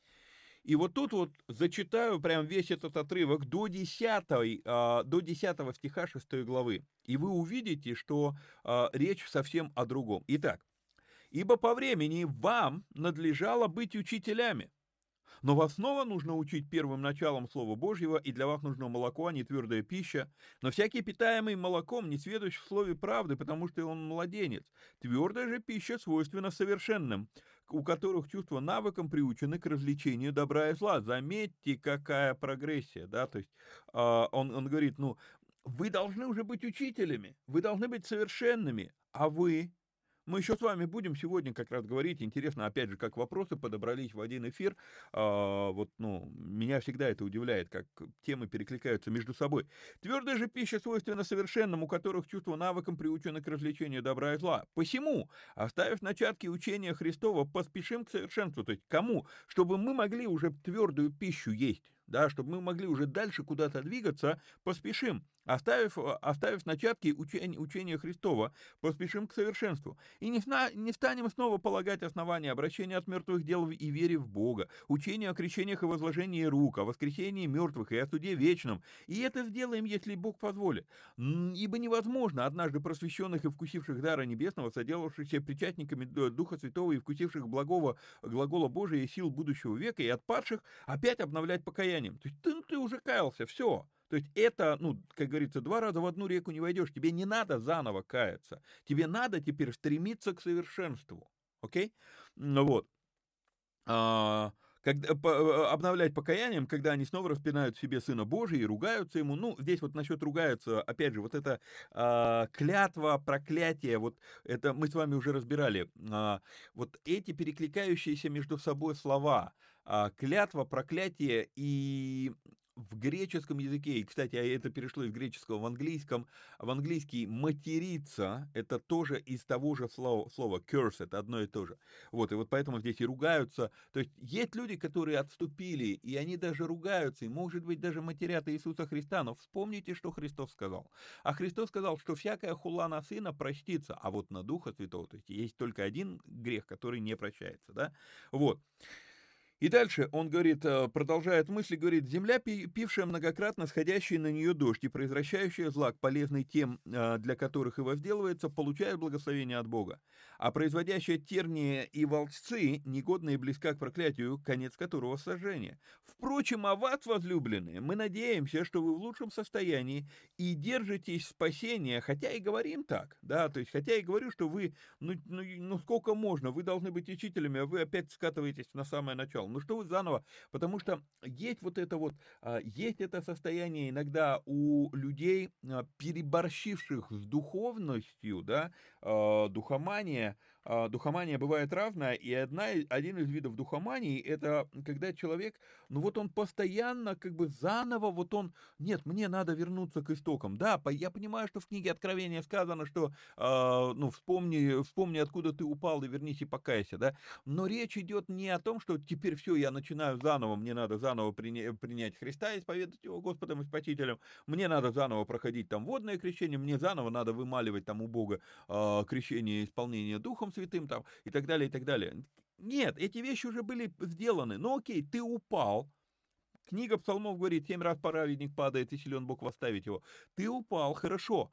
И вот тут вот зачитаю прям весь этот отрывок до десятой, а, до десятого стиха шестой главы. И вы увидите, что а, речь совсем о другом. Итак. «Ибо по времени вам надлежало быть учителями, но вас снова нужно учить первым началом Слова Божьего, и для вас нужно молоко, а не твердая пища. Но всякий, питаемый молоком, не сведущ в слове правды, потому что он младенец. Твердая же пища свойственна совершенным, у которых чувства навыком приучены к развлечению добра и зла». Заметьте, какая прогрессия, да, то есть э, он, он говорит, ну, вы должны уже быть учителями, вы должны быть совершенными, а вы... Мы еще с вами будем сегодня как раз говорить. Интересно, опять же, как вопросы подобрались в один эфир. А, вот, ну, меня всегда это удивляет, как темы перекликаются между собой. «Твердая же пища свойственна совершенным, у которых чувство навыком приучено к развлечению добра и зла. Посему, оставив начатки учения Христова, поспешим к совершенству». То есть кому? Чтобы мы могли уже твердую пищу есть, да, чтобы мы могли уже дальше куда-то двигаться, поспешим. Оставив, оставив начатки учения, учения Христова, поспешим к совершенству. И не, сна, не станем снова полагать основания обращения от мертвых дел и вере в Бога, учения о крещениях и возложении рук, о воскресении мертвых и о суде вечном. И это сделаем, если Бог позволит. Ибо невозможно однажды просвещенных и вкусивших дара небесного, соделавшихся причастниками Духа Святого и вкусивших благого глагола Божия и сил будущего века, и отпадших опять обновлять покаянием. То есть ты, ты уже каялся, все. То есть это, ну, как говорится, два раза в одну реку не войдешь. Тебе не надо заново каяться. Тебе надо теперь стремиться к совершенству. Окей? Ну вот. А, когда, по, обновлять покаянием, когда они снова распинают в себе Сына Божия и ругаются Ему. Ну, здесь вот насчет ругаются, опять же, вот это а, клятва, проклятие, вот это мы с вами уже разбирали. А, вот эти перекликающиеся между собой слова, а, клятва, проклятие и... В греческом языке, и, кстати, это перешло из греческого в английском, в английский «материться» — это тоже из того же слова, слова curse, это одно и то же. Вот, и вот поэтому здесь и ругаются. То есть есть люди, которые отступили, и они даже ругаются, и, может быть, даже матерят Иисуса Христа, но вспомните, что Христос сказал. А Христос сказал, что всякая хула на Сына простится, а вот на Духа Святого, то есть есть только один грех, который не прощается, да? Вот. И дальше он говорит, э, продолжает мысли, говорит: «Земля, пи пившая многократно сходящий на нее дождь и произвращающая злак, полезный тем, э, для которых и возделывается, получает благословение от Бога. А производящая тернии и волчцы, негодна и близка к проклятию, конец которого сожжение. Впрочем, о вас, возлюбленные, мы надеемся, что вы в лучшем состоянии и держитесь спасения, хотя и говорим так, да, то есть хотя и говорю, что вы, ну, ну, и- ну сколько можно, вы должны быть учителями, а вы опять скатываетесь на самое начало. Ну что вы заново? Потому что есть вот это вот, а, есть это состояние иногда у людей, а, переборщивших с духовностью, да, а, духомания. А, Духомания бывает разная, и одна, и- один из видов духомании, это когда человек, ну вот он постоянно как бы заново, вот он, нет, мне надо вернуться к истокам. Да, по- я понимаю, что в книге Откровения сказано, что, а, ну, вспомни, вспомни, откуда ты упал, и вернись и покайся, да, но речь идет не о том, что теперь все, я начинаю заново, мне надо заново приня- принять Христа, исповедать его Господом и Спасителем, мне надо заново проходить там водное крещение, мне заново надо вымаливать там у Бога а, крещение и исполнение Духом Святым там и так далее, и так далее. Нет, эти вещи уже были сделаны. Ну окей, ты упал. Книга Псалмов говорит: «Семь раз праведник падает, и силен Бог восставить его». Ты упал, хорошо.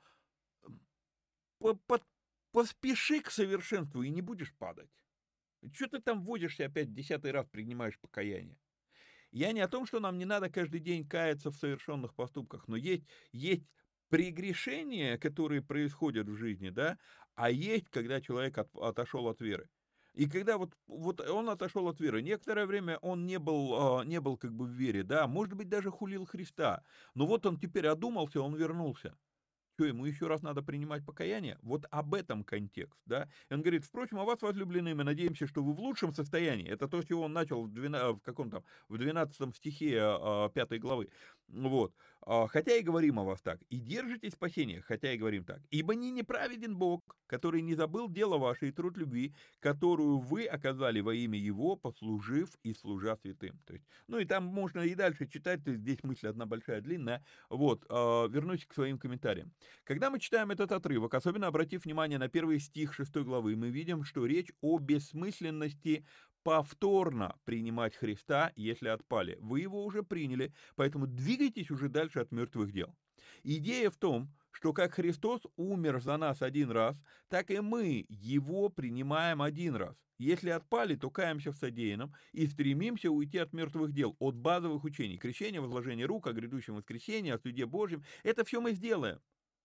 По- по- Поспеши к совершенству, и не будешь падать. Что ты там водишься опять десятый раз, принимаешь покаяние? Я не о том, что нам не надо каждый день каяться в совершенных поступках, но есть, есть прегрешения, которые происходят в жизни, да, а есть, когда человек от- отошел от веры. И когда вот, вот он отошел от веры, некоторое время он не был, а, не был как бы в вере, да, может быть, даже хулил Христа, но вот он теперь одумался, он вернулся. Что, ему еще раз надо принимать покаяние? Вот об этом контекст, да? И он говорит: «Впрочем, о вас, возлюбленные, мы надеемся, что вы в лучшем состоянии». Это то, с чего он начал в, двена- в каком там, в двенадцатом стихе а, пятой главы. Вот. А, «Хотя и говорим о вас так, и держите спасение, хотя и говорим так. Ибо не неправеден Бог, который не забыл дело ваше и труд любви, которую вы оказали во имя Его, послужив и служа святым». То есть, ну и там можно и дальше читать, то есть здесь мысль одна большая, длинная. Вот, а, вернусь к своим комментариям. Когда мы читаем этот отрывок, особенно обратив внимание на первый стих шестой главы, мы видим, что речь о бессмысленности повторно принимать Христа, если отпали. Вы его уже приняли, поэтому двигайтесь уже дальше от мертвых дел. Идея в том, что как Христос умер за нас один раз, так и мы его принимаем один раз. Если отпали, то каемся в содеянном и стремимся уйти от мертвых дел, от базовых учений. Крещение, возложение рук, о грядущем воскресении, о суде Божьем. Это все мы сделаем.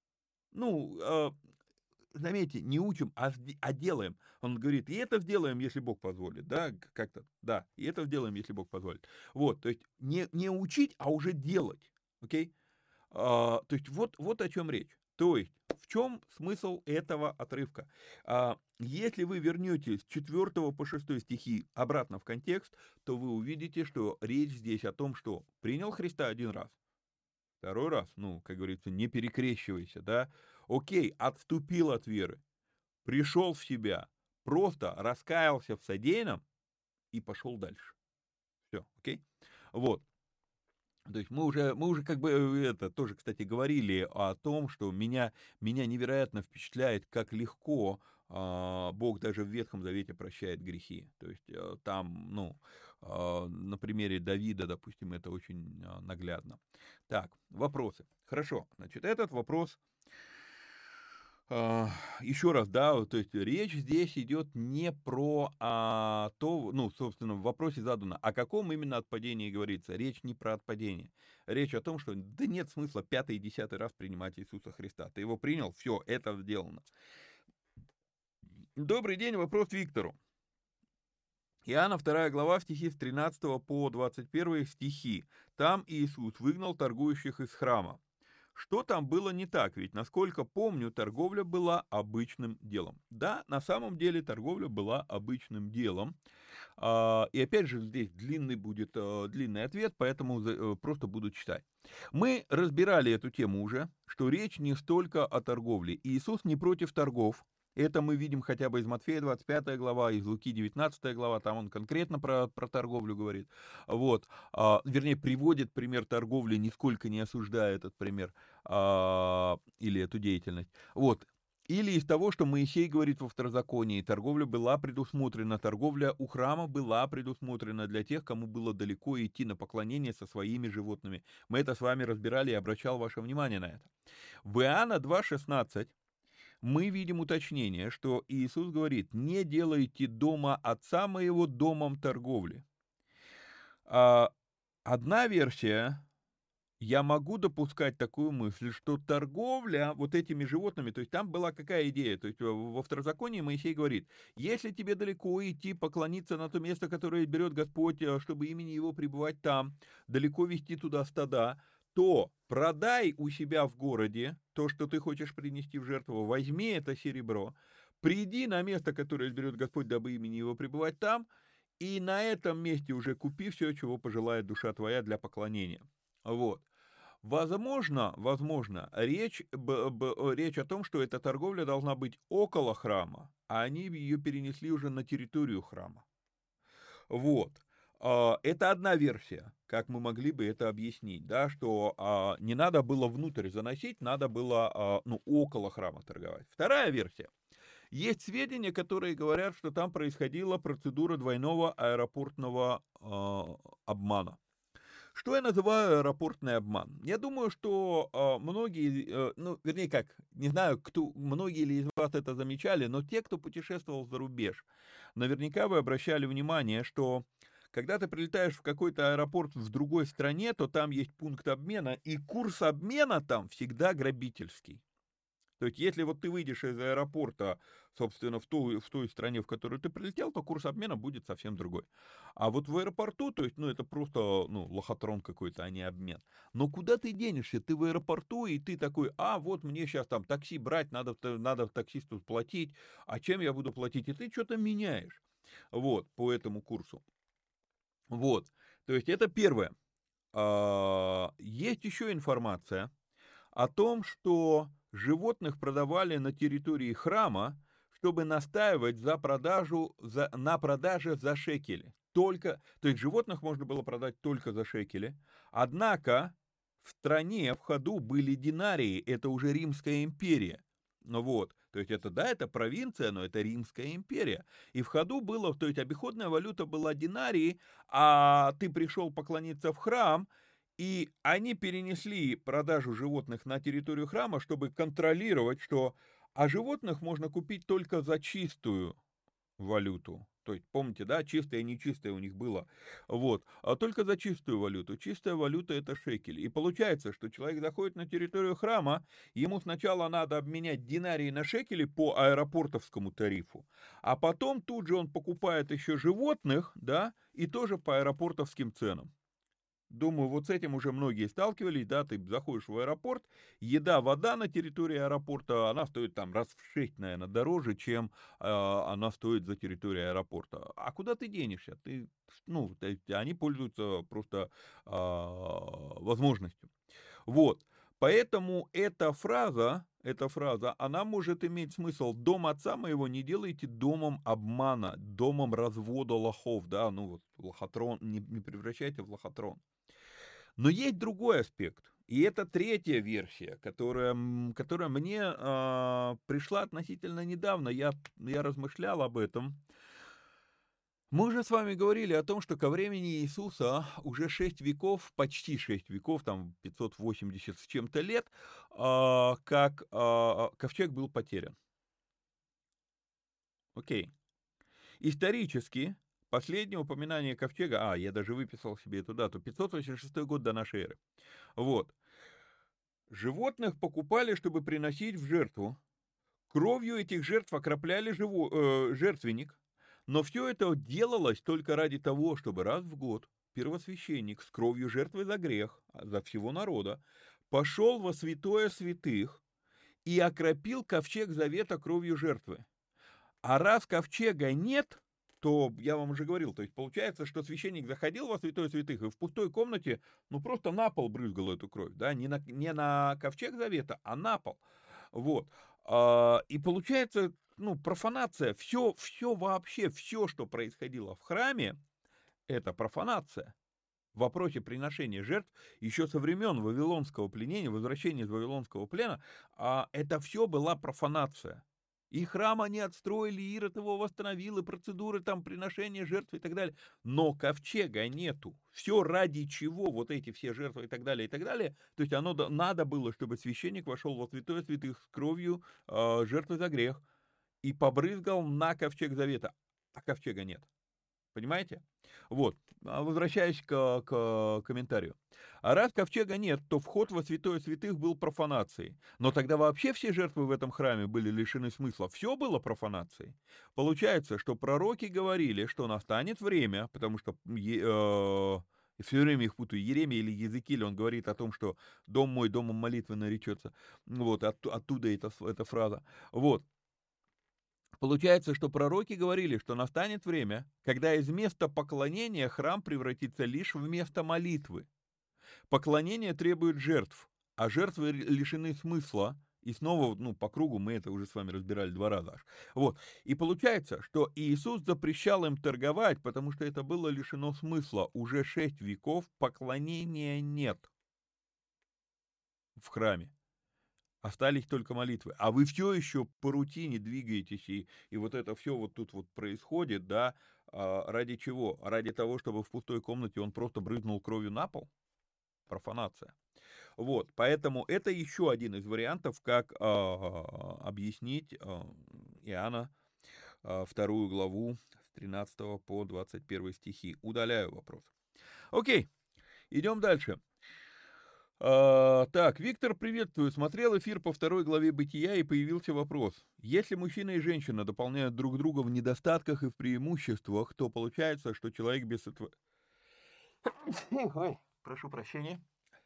Ну, э, заметьте, не учим, а, сде- а делаем. Он говорит: и это сделаем, если Бог позволит, да, к- как-то, да, и это сделаем, если Бог позволит. Вот, то есть не, не учить, а уже делать, окей? А, то есть вот, вот о чем речь. То есть в чем смысл этого отрывка? А, если вы вернете с четвёртого по шестой стихи обратно в контекст, то вы увидите, что речь здесь о том, что принял Христа один раз, второй раз, ну, как говорится, не перекрещивайся, да. Окей, отступил от веры, пришел в себя, просто раскаялся в содеянном и пошел дальше. Все, окей? Вот. То есть мы уже, мы уже как бы э, это тоже, кстати, говорили о том, что меня, меня невероятно впечатляет, как легко а, Бог даже в Ветхом Завете прощает грехи. То есть э, там, ну, а, на примере Давида, допустим, это очень а, наглядно. Так, вопросы. Хорошо, значит, этот вопрос. А, Еще раз, да, вот, то есть речь здесь идет не про а, то, ну, собственно, в вопросе задано, о каком именно отпадении говорится. Речь не про отпадение. Речь о том, что да нет смысла пятый и десятый раз принимать Иисуса Христа. Ты его принял, все, это сделано. Добрый день, вопрос Виктору. Иоанна вторая глава, стихи с тринадцатого по двадцать первый стихи. Там Иисус выгнал торгующих из храма. Что там было не так? Ведь, насколько помню, торговля была обычным делом. Да, на самом деле торговля была обычным делом. А, И опять же, здесь длинный будет э, длинный ответ, поэтому за- э, просто буду читать. Мы разбирали эту тему уже, что речь не столько о торговле. Иисус не против торгов. Это мы видим хотя бы из Матфея двадцать пятая глава, из Луки девятнадцатая глава, там он конкретно про, про торговлю говорит. Вот. А, вернее, приводит пример торговли, нисколько не осуждая этот пример а, или эту деятельность. Вот. Или из того, что Моисей говорит во Второзаконии, торговля была предусмотрена, торговля у храма была предусмотрена для тех, кому было далеко идти на поклонение со своими животными. Мы это с вами разбирали, и обращал ваше внимание на это. В Иоанна два шестнадцать мы видим уточнение, что Иисус говорит: «Не делайте дома Отца моего домом торговли». А, Одна версия, я могу допускать такую мысль, что торговля вот этими животными, то есть там была какая идея, то есть во Второзаконии Моисей говорит: если тебе далеко идти поклониться на то место, которое берет Господь, э, чтобы имени Его пребывать там, далеко вести туда стада, то продай у себя в городе то, что ты хочешь принести в жертву, возьми это серебро, приди на место, которое изберет Господь, дабы имени Его пребывать там, и на этом месте уже купи все, чего пожелает душа твоя для поклонения. Вот. Возможно, возможно, речь, б, б, речь о том, что эта торговля должна быть около храма, а они ее перенесли уже на территорию храма. Вот. А, Это одна версия, как мы могли бы это объяснить, да, что а, не надо было внутрь заносить, надо было а, ну, около храма торговать. Вторая версия. Есть сведения, которые говорят, что там происходила процедура двойного аэропортного а, обмана. Что я называю аэропортный обман? Я думаю, что э, многие, э, ну, вернее как, не знаю, кто, многие ли из вас это замечали, но те, кто путешествовал за рубеж, наверняка вы обращали внимание, что когда ты прилетаешь в какой-то аэропорт в другой стране, то там есть пункт обмена, и курс обмена там всегда грабительский. То есть, если вот ты выйдешь из аэропорта, собственно, в той, в той стране, в которую ты прилетел, то курс обмена будет совсем другой. А вот в аэропорту, то есть, ну, это просто, ну, лохотрон какой-то, а не обмен. Но куда ты денешься? Ты в аэропорту, и ты такой: а, вот мне сейчас там такси брать, надо, надо таксисту платить, а чем я буду платить? И ты что-то меняешь, вот, по этому курсу. Вот, то есть, это первое. А, Есть еще информация о том, что животных продавали на территории храма, чтобы настаивать за продажу, за, на продаже за шекели. Только, то есть животных можно было продать только за шекели. Однако в стране в ходу были динарии, это уже Римская империя. Ну вот, то есть это, да, это провинция, но это Римская империя. И в ходу было, то есть обиходная валюта была динарии, а ты пришел поклониться в храм, и они перенесли продажу животных на территорию храма, чтобы контролировать, что а животных можно купить только за чистую валюту. То есть, помните, да, чистое и нечистое у них было. Вот. А только за чистую валюту. Чистая валюта — это шекель. И получается, что человек заходит на территорию храма, ему сначала надо обменять динарии на шекели по аэропортовскому тарифу, а потом тут же он покупает еще животных, да, и тоже по аэропортовским ценам. Думаю, вот с этим уже многие сталкивались, да, ты заходишь в аэропорт, еда, вода на территории аэропорта, она стоит там раз в шесть, наверное, дороже, чем э, она стоит за территорией аэропорта. А куда ты денешься? Ты, ну, то есть они пользуются просто э, возможностью. Вот, поэтому эта фраза, эта фраза, она может иметь смысл: дом отца моего не делайте домом обмана, домом развода лохов, да, ну вот лохотрон, не, не превращайте в лохотрон. Но есть другой аспект, и это третья версия, которая, м, которая мне а, пришла относительно недавно. Я, я размышлял об этом. Мы уже с вами говорили о том, что ко времени Иисуса уже шесть веков, почти шесть веков, там пятьсот восемьдесят с чем-то лет, а, как а, ковчег был потерян. Окей. Исторически, последнее упоминание ковчега, а, я даже выписал себе эту дату, пятьсот восемьдесят шестой год до нашей эры. Вот. Животных покупали, чтобы приносить в жертву. Кровью этих жертв окропляли живо, э, жертвенник, но все это делалось только ради того, чтобы раз в год первосвященник с кровью жертвы за грех, а, за всего народа, пошел во святое святых и окропил ковчег завета кровью жертвы. А раз ковчега нет, то, я вам уже говорил, то есть получается, что священник заходил во святое святых и в пустой комнате, ну, просто на пол брызгал эту кровь, да, не на, не на ковчег завета, а на пол. Вот. А, И получается, ну, профанация, все, все вообще, все, что происходило в храме, это профанация. в вопросе приношения жертв еще со времен Вавилонского пленения, возвращения из Вавилонского плена, а, это все была профанация. И храм они отстроили, Ирод его восстановил, и процедуры там приношения жертв и так далее. Но ковчега нету. Все ради чего вот эти все жертвы и так далее, и так далее. То есть оно надо было, чтобы священник вошел во святое святых с кровью э, жертвы за грех и побрызгал на ковчег завета. А ковчега нет. Понимаете? Вот, а возвращаясь к, к комментарию. А раз ковчега нет, то вход во святое святых был профанацией. Но тогда вообще все жертвы в этом храме были лишены смысла. Все было профанацией. Получается, что пророки говорили, что настанет время, потому что э, все время их путаю, Еремия или Езекииль, он говорит о том, что дом мой домом молитвы наречется. Вот, от, оттуда эта, эта фраза. Вот. Получается, что пророки говорили, что настанет время, когда из места поклонения храм превратится лишь в место молитвы. Поклонение требует жертв, а жертвы лишены смысла. И снова, ну, по кругу мы это уже с вами разбирали два раза аж. Вот. И получается, что Иисус запрещал им торговать, потому что это было лишено смысла. Уже шесть веков поклонения нет в храме. Остались только молитвы. А вы все еще по рутине двигаетесь, и, и вот это все вот тут вот происходит, да, а, ради чего? Ради того, чтобы в пустой комнате он просто брызнул кровью на пол? Профанация. Вот, поэтому это еще один из вариантов, как а, объяснить а, Иоанна а, вторую главу с тринадцатого по двадцать первый стихи. Удаляю вопрос. Окей, идем дальше. А, так, Виктор, приветствую. Смотрел эфир по второй главе Бытия, и появился вопрос. Если мужчина и женщина дополняют друг друга в недостатках и в преимуществах, то получается, что человек без сотворения... Ой, прошу прощения.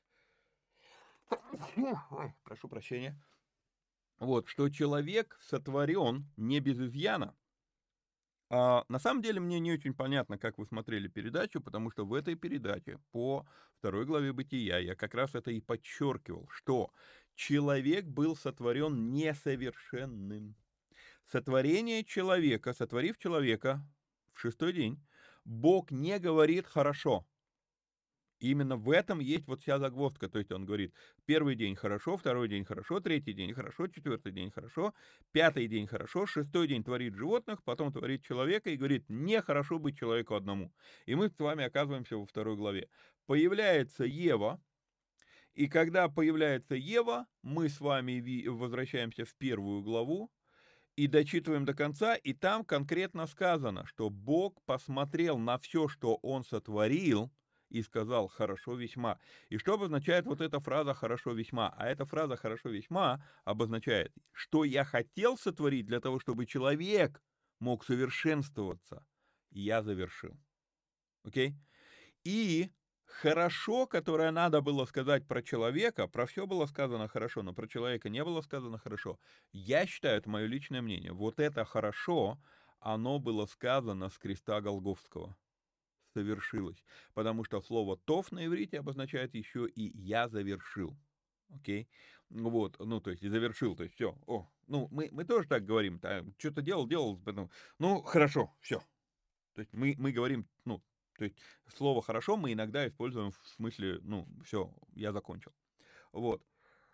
Ой, прошу прощения. Вот, что человек сотворен не без изъяна. А, на самом деле мне не очень понятно, как вы смотрели передачу, потому что в этой передаче по второй главе Бытия я как раз это и подчеркивал, что человек был сотворен несовершенным. Сотворение человека, сотворив человека в шестой день, Бог не говорит «хорошо». Именно в этом есть вот вся загвоздка. То есть он говорит, первый день хорошо, второй день хорошо, третий день хорошо, четвертый день хорошо, пятый день хорошо, шестой день творит животных, потом творит человека и говорит, нехорошо быть человеку одному. И мы с вами оказываемся во второй главе. Появляется Ева, и когда появляется Ева, мы с вами возвращаемся в первую главу и дочитываем до конца, и там конкретно сказано, что Бог посмотрел на все, что Он сотворил, и сказал «хорошо весьма». И что обозначает вот эта фраза «хорошо весьма»? А эта фраза «хорошо весьма» обозначает, что я хотел сотворить для того, чтобы человек мог совершенствоваться, и я завершил. Окей? И «хорошо», которое надо было сказать про человека, про все было сказано хорошо, но про человека не было сказано хорошо. Я считаю, это мое личное мнение, вот это «хорошо», оно было сказано с креста Голгофского. Совершилось. Потому что слово «тов» на иврите обозначает еще и «я завершил». Окей? Вот, ну, то есть, завершил, то есть, все. О, ну, мы, мы тоже так говорим, что-то делал, делал, потом, ну, хорошо, все. То есть, мы, мы говорим, ну, то есть, слово «хорошо» мы иногда используем в смысле, ну, все, я закончил. Вот.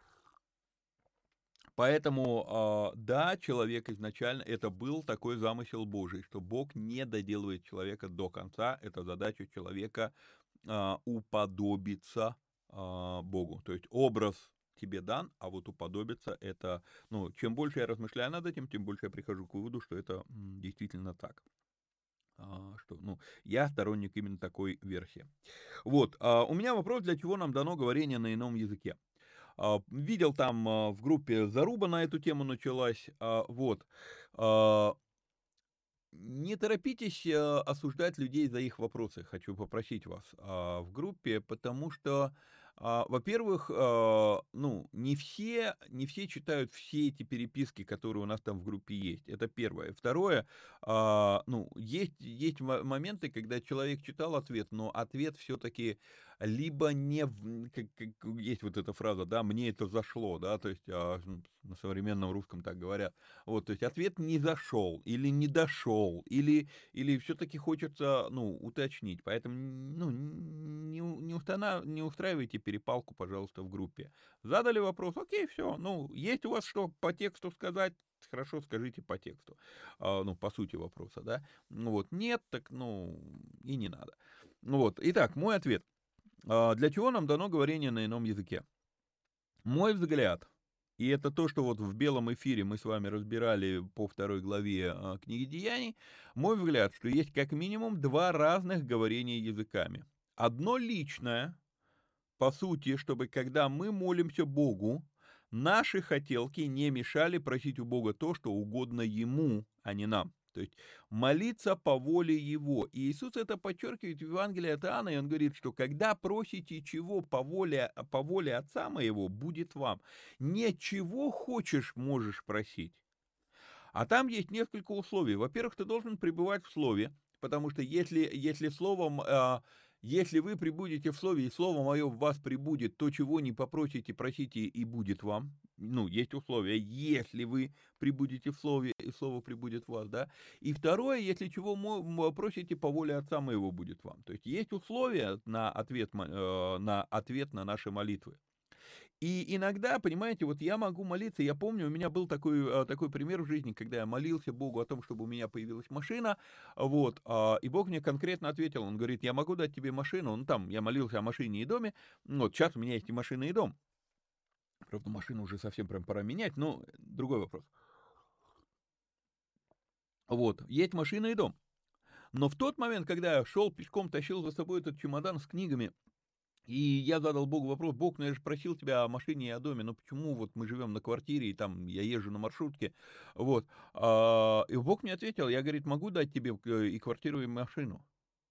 Поэтому, да, человек изначально, это был такой замысел Божий, что Бог не доделывает человека до конца, это задача человека уподобиться Богу. То есть образ тебе дан, а вот уподобиться это, ну, чем больше я размышляю над этим, тем больше я прихожу к выводу, что это действительно так. Что, ну, я сторонник именно такой версии. Вот, у меня вопрос, для чего нам дано говорение на ином языке. Видел там в группе заруба на эту тему началась, вот. Не торопитесь осуждать людей за их вопросы, хочу попросить вас в группе, потому что, во-первых, ну, не все, не все читают все эти переписки, которые у нас там в группе есть, это первое. Второе, ну, есть, есть моменты, когда человек читал ответ, но ответ все-таки либо не, в- как, как есть вот эта фраза, да, мне это зашло, да, то есть а, на современном русском так говорят. Вот, то есть ответ не зашел, или не дошел, или, или все-таки хочется, ну, уточнить. Поэтому, ну, не, у- не, устана- не устраивайте перепалку, пожалуйста, в группе. Задали вопрос, окей, все, ну, есть у вас что по тексту сказать? Хорошо, скажите по тексту, а, ну, по сути вопроса, да. Ну вот, нет, так, ну, и не надо. Ну вот, итак, мой ответ. А, Для чего нам дано говорение на ином языке? Мой взгляд, и это то, что вот в белом эфире мы с вами разбирали по второй главе а, книги Деяний, мой взгляд, что есть как минимум два разных говорения языками. Одно личное, по сути, чтобы когда мы молимся Богу, наши хотелки не мешали просить у Бога то, что угодно Ему, а не нам. То есть молиться по воле Его. И Иисус это подчеркивает в Евангелии от Иоанна, и Он говорит, что когда просите чего по воле, по воле Отца Моего, будет вам. Не чего хочешь, можешь просить. А там есть несколько условий. Во-первых, ты должен пребывать в Слове, потому что если, если словом, а, если вы пребудете в Слове, и Слово Мое в вас пребудет, то, чего не попросите, просите, и будет вам. Ну, есть условия, если вы пребудете в Слове, и Слово пребудет в вас, да. И второе, если чего мо- просите, по воле Отца Моего будет вам. То есть есть условия на ответ, мо- э, на ответ на наши молитвы. И иногда, понимаете, вот я могу молиться, я помню, у меня был такой, э, такой пример в жизни, когда я молился Богу о том, чтобы у меня появилась машина, вот, а, и Бог мне конкретно ответил, он говорит, я могу дать тебе машину, ну там, я молился о машине и доме, ну, вот сейчас у меня есть и машина, и дом, правда, машину уже совсем прям пора менять, но другой вопрос, вот, есть машина и дом, но в тот момент, когда я шел пешком, тащил за собой этот чемодан с книгами, и я задал Богу вопрос: Бог, ну я же просил тебя о машине и о доме, ну почему вот мы живем на квартире, и там я езжу на маршрутке, вот. А, И Бог мне ответил, я, говорит, могу дать тебе э, и квартиру, и машину,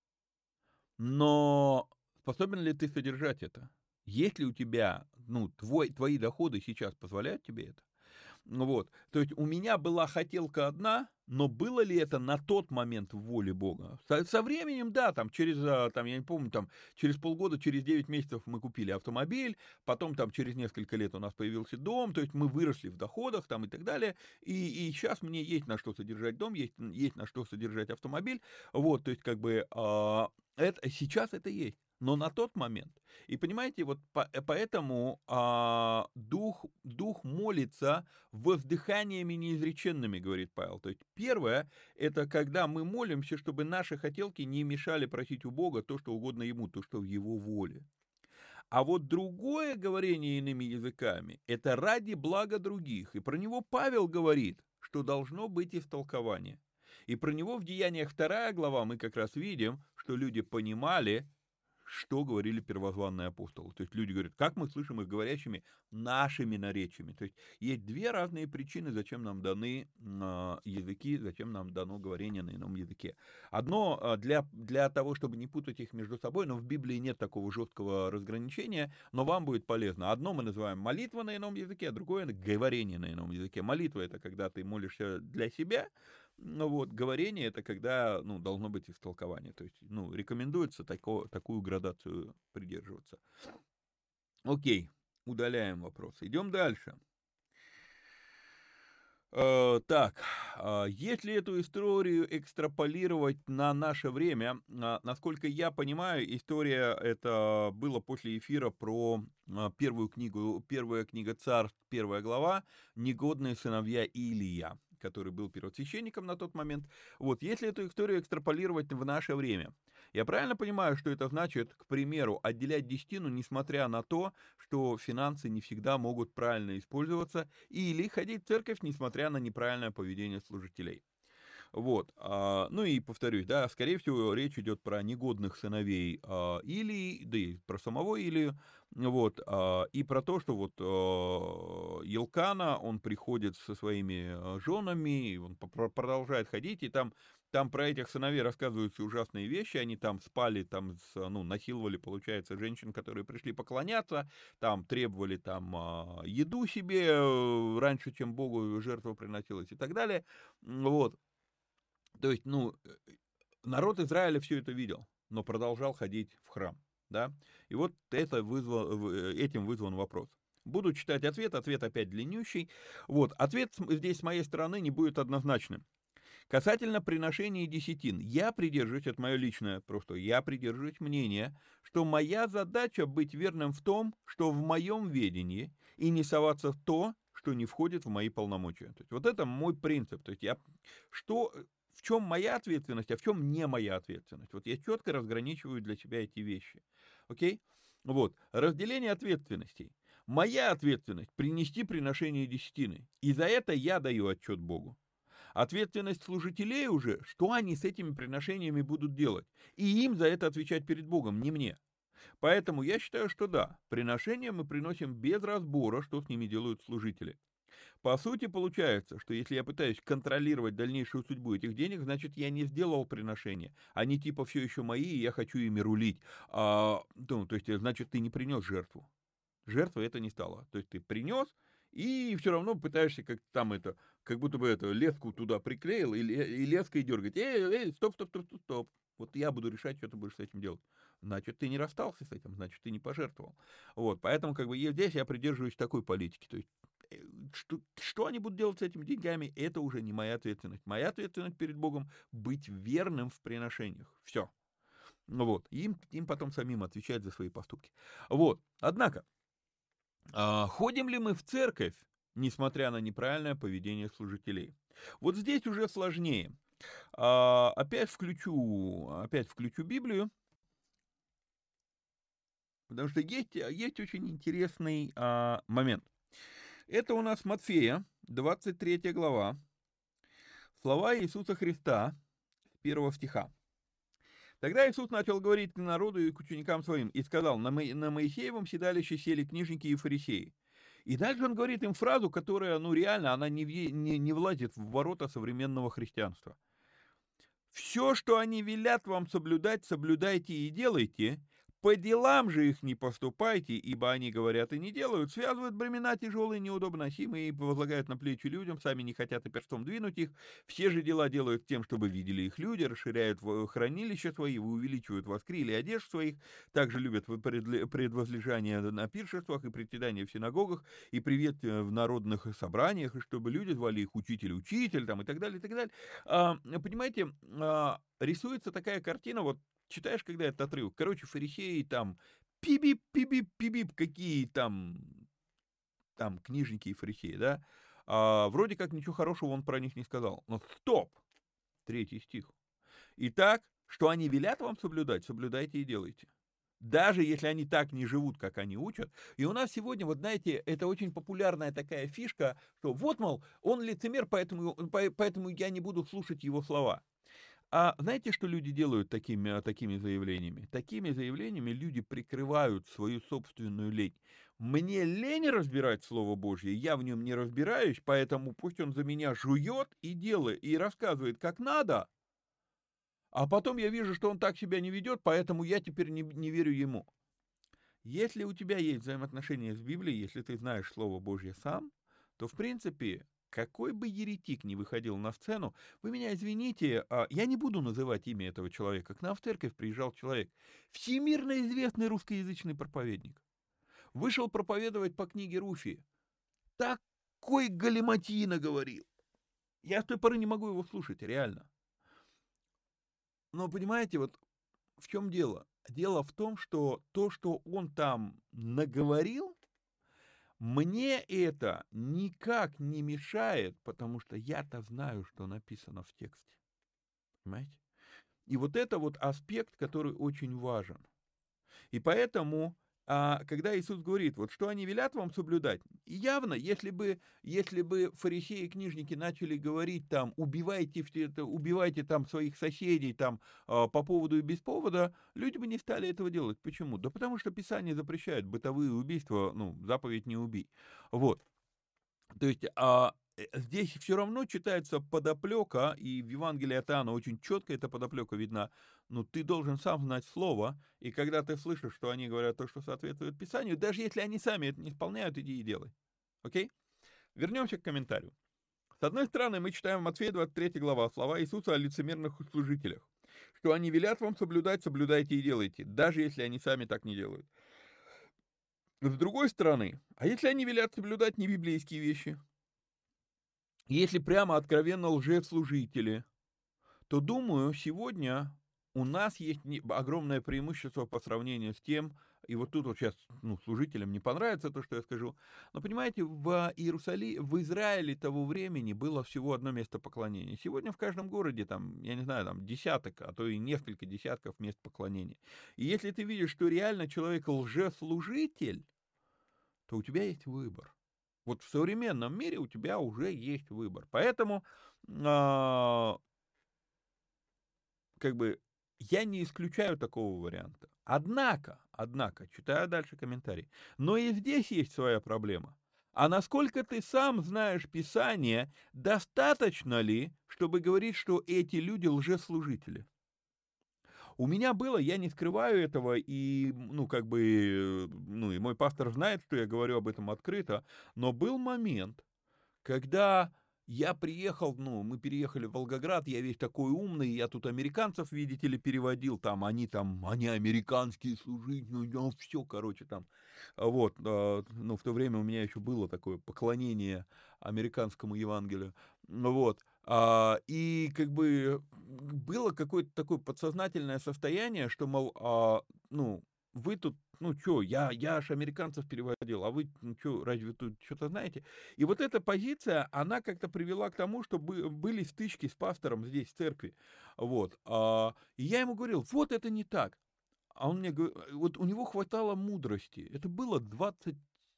но способен ли ты содержать это? Есть ли у тебя, ну, твой, твои доходы сейчас позволяют тебе это? Ну вот, то есть у меня была хотелка одна, но было ли это на тот момент в воле Бога? Со, со временем, да, там через, а, там, я не помню, там через полгода, через девять месяцев мы купили автомобиль, потом там через несколько лет у нас появился дом, то есть мы выросли в доходах там и так далее, и, и сейчас мне есть на что содержать дом, есть, есть на что содержать автомобиль, вот, то есть как бы а, это, сейчас это есть. Но на тот момент. И понимаете, вот по, поэтому а, дух, дух молится воздыханиями неизреченными, говорит Павел. То есть первое, это когда мы молимся, чтобы наши хотелки не мешали просить у Бога то, что угодно Ему, то, что в Его воле. А вот другое говорение иными языками, это ради блага других. И про него Павел говорит, что должно быть истолкование. И про него в Деяниях вторая глава мы как раз видим, что люди понимали, что говорили первозванные апостолы. То есть люди говорят, как мы слышим их говорящими нашими наречиями. То есть есть две разные причины, зачем нам даны э, языки, зачем нам дано говорение на ином языке. Одно э, для, для того, чтобы не путать их между собой, но в Библии нет такого жесткого разграничения, но вам будет полезно. Одно мы называем молитва на ином языке, а другое говорение на ином языке. Молитва — это когда ты молишься для себя, ну вот, говорение — это когда, ну, должно быть истолкование. То есть, ну, рекомендуется тако, такую градацию придерживаться. Окей, удаляем вопрос. Идем дальше. Э, так, а, если эту историю экстраполировать на наше время, а, насколько я понимаю, история это было после эфира про а, первую книгу, первая книга Царств, первая глава, негодные сыновья Илия, который был первосвященником на тот момент. Вот, если эту историю экстраполировать в наше время, я правильно понимаю, что это значит, к примеру, отделять десятину, несмотря на то, что финансы не всегда могут правильно использоваться, или ходить в церковь, несмотря на неправильное поведение служителей. Вот, а, ну и повторюсь, да, скорее всего, речь идет про негодных сыновей а, Илии, да и про самого Илию, вот, а, и про то, что вот а, Елкана, он приходит со своими а, женами, он по- продолжает ходить, и там, там про этих сыновей рассказываются ужасные вещи, они там спали, там, с, ну, насиловали, получается, женщин, которые пришли поклоняться, там требовали там а, еду себе э, раньше, чем Богу жертва приносилась и так далее, вот. То есть, ну, народ Израиля все это видел, но продолжал ходить в храм. да? И вот это вызвало, этим вызван вопрос. Буду читать ответ, ответ опять длиннющий. Вот, ответ здесь с моей стороны не будет однозначным. Касательно приношения десятин, я придерживаюсь, это мое личное просто, я придерживаюсь мнения, что моя задача быть верным в том, что в моем ведении, и не соваться в то, что не входит в мои полномочия. То есть вот это мой принцип. То есть я, что, в чем моя ответственность, а в чем не моя ответственность. Вот я четко разграничиваю для себя эти вещи. Окей? Вот. Разделение ответственностей. Моя ответственность — принести приношение десятины. И за это я даю отчет Богу. Ответственность служителей уже, что они с этими приношениями будут делать. И им за это отвечать перед Богом, не мне. Поэтому я считаю, что да, приношения мы приносим без разбора, что с ними делают служители. По сути, получается, что если я пытаюсь контролировать дальнейшую судьбу этих денег, значит, я не сделал приношения. Они типа все еще мои, и я хочу ими рулить. А, ну, то есть, значит, ты не принес жертву. Жертвой это не стало. То есть ты принес, и все равно пытаешься как там это, как будто бы это леску туда приклеил, и, и леской дергать. Эй, эй, стоп, стоп, стоп, стоп, стоп. Вот я буду решать, что ты будешь с этим делать. Значит, ты не расстался с этим, значит, ты не пожертвовал. Вот, поэтому как бы и здесь я придерживаюсь такой политики. То есть, что, что они будут делать с этими деньгами, это уже не моя ответственность. Моя ответственность перед Богом — быть верным в приношениях. Все. Вот. Им, им потом самим отвечать за свои поступки. Вот. Однако, а, ходим ли мы в церковь, несмотря на неправильное поведение служителей? Вот здесь уже сложнее. А, опять включу, опять включу Библию, потому что есть, есть очень интересный а, момент. Это у нас Матфея, двадцать третья глава, слова Иисуса Христа, первого стиха. Тогда Иисус начал говорить к народу и к ученикам своим, и сказал: на, Мо... на Моисеевом седалище сели книжники и фарисеи. И дальше он говорит им фразу, которая, ну реально, она не, не, не влазит в ворота современного христианства. «Все, что они велят вам соблюдать, соблюдайте и делайте, по делам же их не поступайте, ибо они говорят и не делают, связывают бремена тяжелые, неудобно носимые и возлагают на плечи людям, сами не хотят и перстом двинуть их. Все же дела делают тем, чтобы видели их люди, расширяют хранилища свои, увеличивают воскрили одежд своих, также любят предвозлежание на пиршествах и председание в синагогах, и привет в народных собраниях, и чтобы люди звали их учитель, учитель, там, и так далее, и так далее». А, понимаете, а, рисуется такая картина, вот читаешь, когда этот отрывок, короче, фарисеи там, пибип, пибип, пибип, какие там, там книжники и фарисеи, да, а, вроде как ничего хорошего он про них не сказал. Но стоп! Третий стих. Итак, что они велят вам соблюдать, соблюдайте и делайте. Даже если они так не живут, как они учат. И у нас сегодня, вот знаете, это очень популярная такая фишка, что вот, мол, он лицемер, поэтому, поэтому я не буду слушать его слова. А знаете, что люди делают такими, такими заявлениями? Такими заявлениями люди прикрывают свою собственную лень. Мне лень разбирать Слово Божье, я в нем не разбираюсь, поэтому пусть он за меня жует и делает, и рассказывает, как надо, а потом я вижу, что он так себя не ведет, поэтому я теперь не, не верю ему. Если у тебя есть взаимоотношения с Библией, если ты знаешь Слово Божье сам, то, в принципе, какой бы еретик ни выходил на сцену, вы меня извините, я не буду называть имя этого человека. К нам в церковь приезжал человек, всемирно известный русскоязычный проповедник. Вышел проповедовать по книге Руфи. Такой галиматьи наговорил. Я с той поры не могу его слушать, реально. Но понимаете, вот в чем дело? Дело в том, что то, что он там наговорил, мне это никак не мешает, потому что я-то знаю, что написано в тексте. Понимаете? И вот это вот аспект, который очень важен. И поэтому, а, когда Иисус говорит, вот что они велят вам соблюдать, явно, если бы, если бы фарисеи и книжники начали говорить там, убивайте, убивайте там своих соседей там а, по поводу и без повода, люди бы не стали этого делать. Почему? Да потому что Писание запрещает бытовые убийства, ну, заповедь не убий. Вот. То есть, а, здесь все равно читается подоплека, и в Евангелии от Иоанна очень четко эта подоплека видна. Но ты должен сам знать слово, и когда ты слышишь, что они говорят то, что соответствует Писанию, даже если они сами это не исполняют, иди и делай. Окей? Вернемся к комментарию. С одной стороны, мы читаем Матфея двадцать третья глава, слова Иисуса о лицемерных служителях. Что они велят вам соблюдать, соблюдайте и делайте, даже если они сами так не делают. С другой стороны, а если они велят соблюдать небиблейские вещи? Если прямо откровенно лжеслужители, то, думаю, сегодня у нас есть не- огромное преимущество по сравнению с тем, и вот тут вот сейчас, ну, служителям не понравится то, что я скажу, но, понимаете, в Иерусалиме, в Израиле того времени было всего одно место поклонения. Сегодня в каждом городе, там, я не знаю, там, десяток, а то и несколько десятков мест поклонения. И если ты видишь, что реально человек лжеслужитель, то у тебя есть выбор. Вот в современном мире у тебя уже есть выбор. Поэтому а, как бы я не исключаю такого варианта. Однако, однако, читаю дальше комментарий, но и здесь есть своя проблема. А насколько ты сам знаешь Писание, достаточно ли, чтобы говорить, что эти люди лжеслужители? У меня было, я не скрываю этого, и, ну, как бы, э, ну, и мой пастор знает, что я говорю об этом открыто, но был момент, когда я приехал, ну, мы переехали в Волгоград, я весь такой умный, я тут американцев, видите ли, переводил, там, они там, они американские служители, ну, все, короче, там, а вот, а, ну, в то время у меня еще было такое поклонение американскому Евангелию, ну, вот, а, и, как бы, было какое-то такое подсознательное состояние, что, мол, а, ну, вы тут, ну, чё, я, я аж американцев переводил, а вы, ну, чё, разве тут что-то знаете? И вот эта позиция, она как-то привела к тому, что бы- были стычки с пастором здесь, в церкви. Вот. А, и я ему говорил, вот это не так. А он мне говорит, вот у него хватало мудрости. Это было двадцать,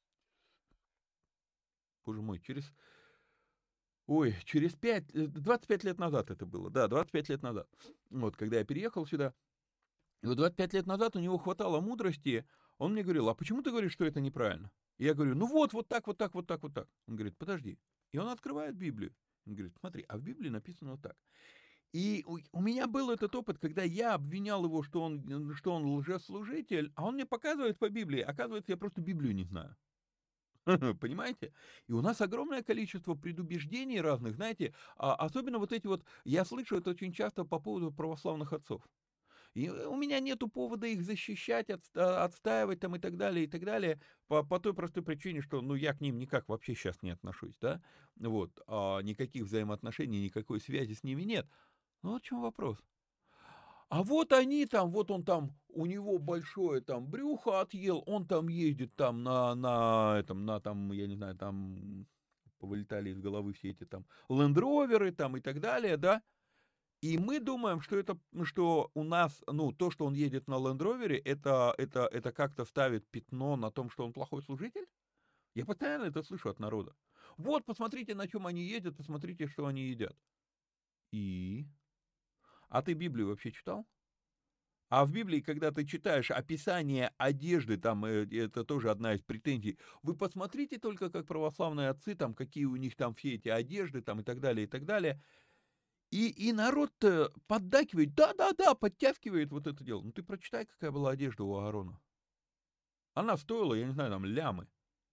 боже мой, через, ой, через пять, э, двадцать пять лет назад это было, да, двадцать пять лет назад. Вот, когда я переехал сюда. И вот двадцать пять лет назад у него хватало мудрости, он мне говорил, а почему ты говоришь, что это неправильно? И я говорю, ну вот, вот так, вот так, вот так, вот так. Он говорит, подожди. И он открывает Библию. Он говорит, смотри, а в Библии написано вот так. И у, у меня был этот опыт, когда я обвинял его, что он, что он лжеслужитель, а он мне показывает по Библии. Оказывается, я просто Библию не знаю. Понимаете? И у нас огромное количество предубеждений разных, знаете, а, особенно вот эти вот, я слышу это очень часто по поводу православных отцов. И у меня нету повода их защищать, отста- отстаивать там и так далее, и так далее, по, по той простой причине, что, ну, я к ним никак вообще сейчас не отношусь, да, вот, а никаких взаимоотношений, никакой связи с ними нет. Ну, вот в чем вопрос. А вот они там, вот он там, у него большое там брюхо отъел, он там ездит там на, на этом, на там, я не знаю, там, повылетали из головы все эти там лендроверы там и так далее, да, и мы думаем, что это, ну, что у нас, ну, то, что он едет на лендровере, это, это, это как-то ставит пятно на том, что он плохой служитель? Я постоянно это слышу от народа. Вот, посмотрите, на чем они ездят, посмотрите, что они едят. И? А ты Библию вообще читал? А в Библии, когда ты читаешь описание одежды, там, э, это тоже одна из претензий, вы посмотрите только, как православные отцы, там, какие у них там все эти одежды, там, и так далее, и так далее. И, и народ поддакивает, да-да-да, подтягивает вот это дело. Ну ты прочитай, какая была одежда у Аарона. Она стоила, я не знаю, там, лямы.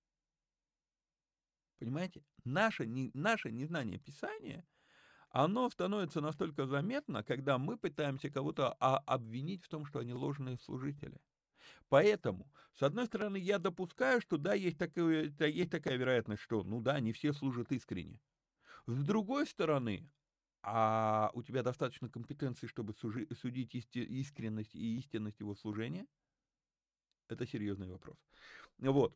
Понимаете? Наше, не, наше незнание Писания, оно становится настолько заметно, когда мы пытаемся кого-то а, обвинить в том, что они ложные служители. Поэтому, с одной стороны, я допускаю, что да, есть, такое, да, есть такая вероятность, что, ну да, не все служат искренне. С другой стороны, а у тебя достаточно компетенции, чтобы сужи- судить исти- искренность и истинность его служения? Это серьезный вопрос. Вот.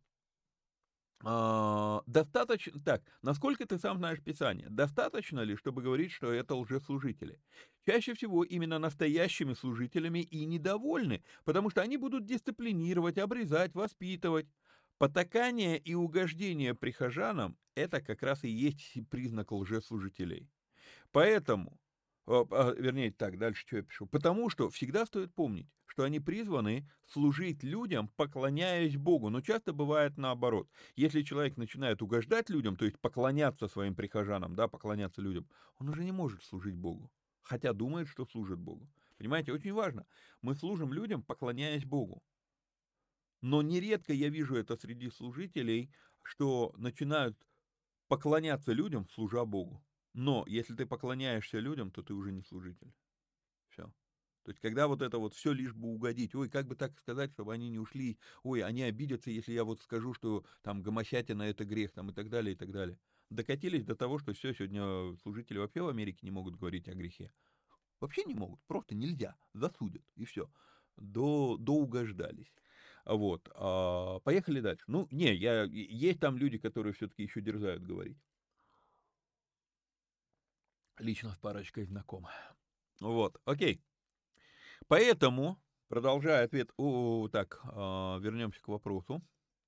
А, достаточно, так, насколько ты сам знаешь Писание? Достаточно ли, чтобы говорить, что это лжеслужители? Чаще всего именно настоящими служителями и недовольны, потому что они будут дисциплинировать, обрезать, воспитывать. Потакание и угождение прихожанам – это как раз и есть признак лжеслужителей. Поэтому, а, а, вернее, так, дальше что я пишу. Потому что всегда стоит помнить, что они призваны служить людям, поклоняясь Богу. Но часто бывает наоборот. Если человек начинает угождать людям, то есть поклоняться своим прихожанам, да, поклоняться людям, он уже не может служить Богу, хотя думает, что служит Богу. Понимаете, очень важно. Мы служим людям, поклоняясь Богу. Но нередко я вижу это среди служителей, что начинают поклоняться людям, служа Богу. Но если ты поклоняешься людям, то ты уже не служитель. Все. То есть, когда вот это вот все лишь бы угодить, ой, как бы так сказать, чтобы они не ушли, ой, они обидятся, если я вот скажу, что там гомосятина это грех, там и так далее, и так далее. Докатились до того, что все, сегодня служители вообще в Америке не могут говорить о грехе. Вообще не могут, просто нельзя, засудят, и все. До, доугождались. Вот, а, поехали дальше. Ну, не, я, есть там люди, которые все-таки еще дерзают говорить. Лично с парочкой знаком. Вот, окей. Поэтому, продолжая ответ, о, так, а, вернемся к вопросу.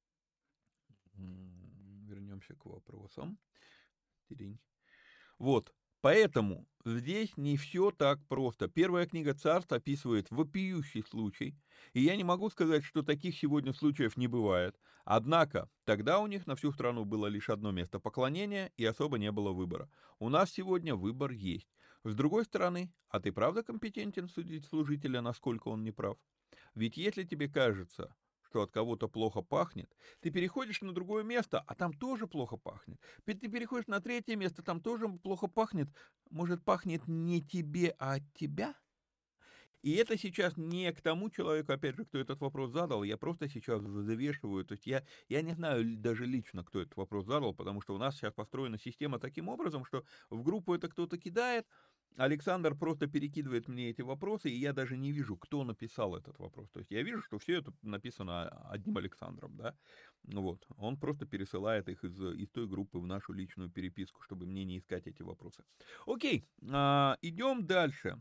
Вернемся к вопросам. Тирень. Вот, поэтому здесь не все так просто. Первая книга Царств описывает вопиющий случай, и я не могу сказать, что таких сегодня случаев не бывает. Однако, тогда у них на всю страну было лишь одно место поклонения, и особо не было выбора. У нас сегодня выбор есть. С другой стороны, а ты правда компетентен судить служителя, насколько он не прав? Ведь если тебе кажется, что от кого-то плохо пахнет, ты переходишь на другое место, а там тоже плохо пахнет. Ты переходишь на третье место, там тоже плохо пахнет. Может, пахнет не тебе, а от тебя? И это сейчас не к тому человеку, опять же, кто этот вопрос задал, я просто сейчас завешиваю, то есть я, я не знаю даже лично, кто этот вопрос задал, потому что у нас сейчас построена система таким образом, что в группу это кто-то кидает, Александр просто перекидывает мне эти вопросы, и я даже не вижу, кто написал этот вопрос. То есть я вижу, что все это написано одним Александром, да, вот, он просто пересылает их из, из той группы в нашу личную переписку, чтобы мне не искать эти вопросы. Окей, а, идем дальше.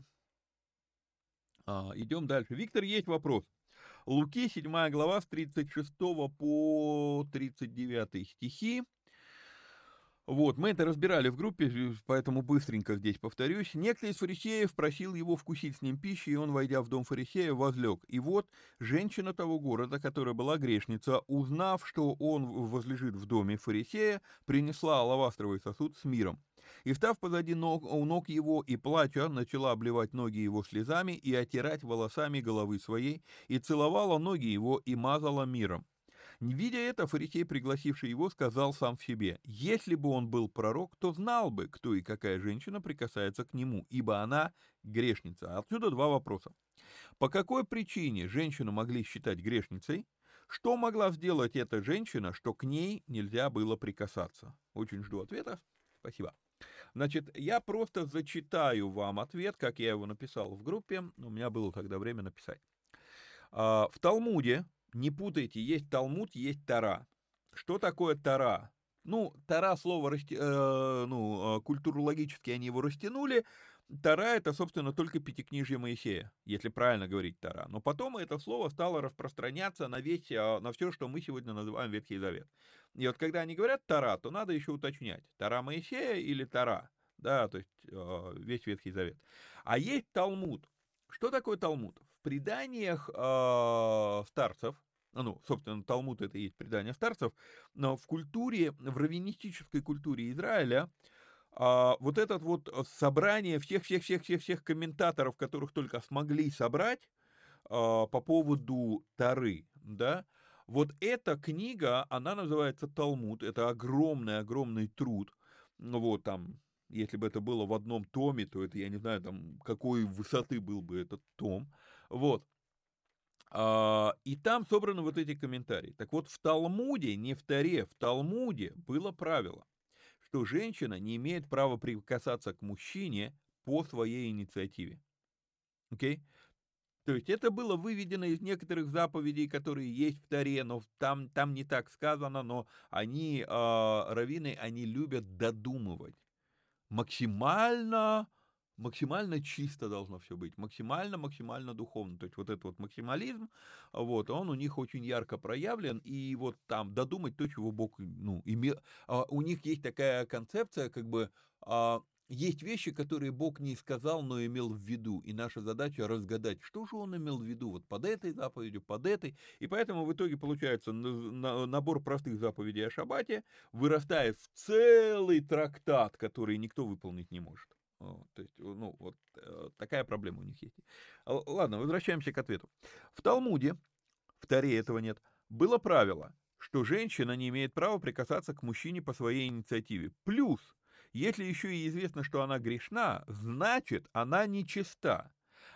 А, идем дальше. Виктор, есть вопрос. Луки, седьмая глава, с тридцать шестого по тридцать девятый стихи. Вот, мы это разбирали в группе, поэтому быстренько здесь повторюсь. Некто из фарисеев просил его вкусить с ним пищи, и он, войдя в дом фарисея, возлег. И вот женщина того города, которая была грешница, узнав, что он возлежит в доме фарисея, принесла алавастровый сосуд с миром. И, встав позади ног, у ног его и плача, начала обливать ноги его слезами и отирать волосами головы своей, и целовала ноги его и мазала миром. Не видя это, фарисей, пригласивший его, сказал сам в себе: «Если бы он был пророк, то знал бы, кто и какая женщина прикасается к нему, ибо она грешница». Отсюда два вопроса. По какой причине женщину могли считать грешницей? Что могла сделать эта женщина, что к ней нельзя было прикасаться? Очень жду ответа. Спасибо. Значит, я просто зачитаю вам ответ, как я его написал в группе. У меня было тогда время написать. В Талмуде, не путайте, есть Талмуд, есть Тора. Что такое Тора? Ну, Тора, слово, расти... э, ну, культурологически они его растянули. Тора — это, собственно, только пятикнижье Моисея, если правильно говорить Тора. Но потом это слово стало распространяться на, весь, на все, что мы сегодня называем Ветхий Завет. И вот когда они говорят Тора, то надо еще уточнять, Тора Моисея или Тора, да, то есть весь Ветхий Завет. А есть Талмуд. Что такое Талмуд? В преданиях э, старцев, ну, собственно, Талмуд — это и есть предание старцев, но в культуре, в раввинистической культуре Израиля, а, вот это вот собрание всех-всех-всех-всех комментаторов, которых только смогли собрать а, по поводу Торы, да, вот эта книга, она называется Талмуд, это огромный-огромный труд, вот там, если бы это было в одном томе, то это, я не знаю, там, какой высоты был бы этот том, вот. А, и там собраны вот эти комментарии. Так вот, в Талмуде, не в Торе, в Талмуде было правило, что женщина не имеет права прикасаться к мужчине по своей инициативе. Окей? Okay? То есть это было выведено из некоторых заповедей, которые есть в Торе, но там, там не так сказано, но они, э, раввины, они любят додумывать. Максимально, максимально чисто должно все быть, максимально, максимально духовно. То есть вот этот вот максимализм, вот, он у них очень ярко проявлен, и вот там додумать то, чего Бог, ну, имел. У них есть такая концепция, как бы, есть вещи, которые Бог не сказал, но имел в виду, и наша задача разгадать, что же он имел в виду вот под этой заповедью, под этой, и поэтому в итоге получается набор простых заповедей о шаббате вырастает в целый трактат, который никто выполнить не может. То есть, ну, вот такая проблема у них есть. Ладно, возвращаемся к ответу. В Талмуде, в Торе этого нет, было правило, что женщина не имеет права прикасаться к мужчине по своей инициативе. Плюс, если еще и известно, что она грешна, значит, она нечиста.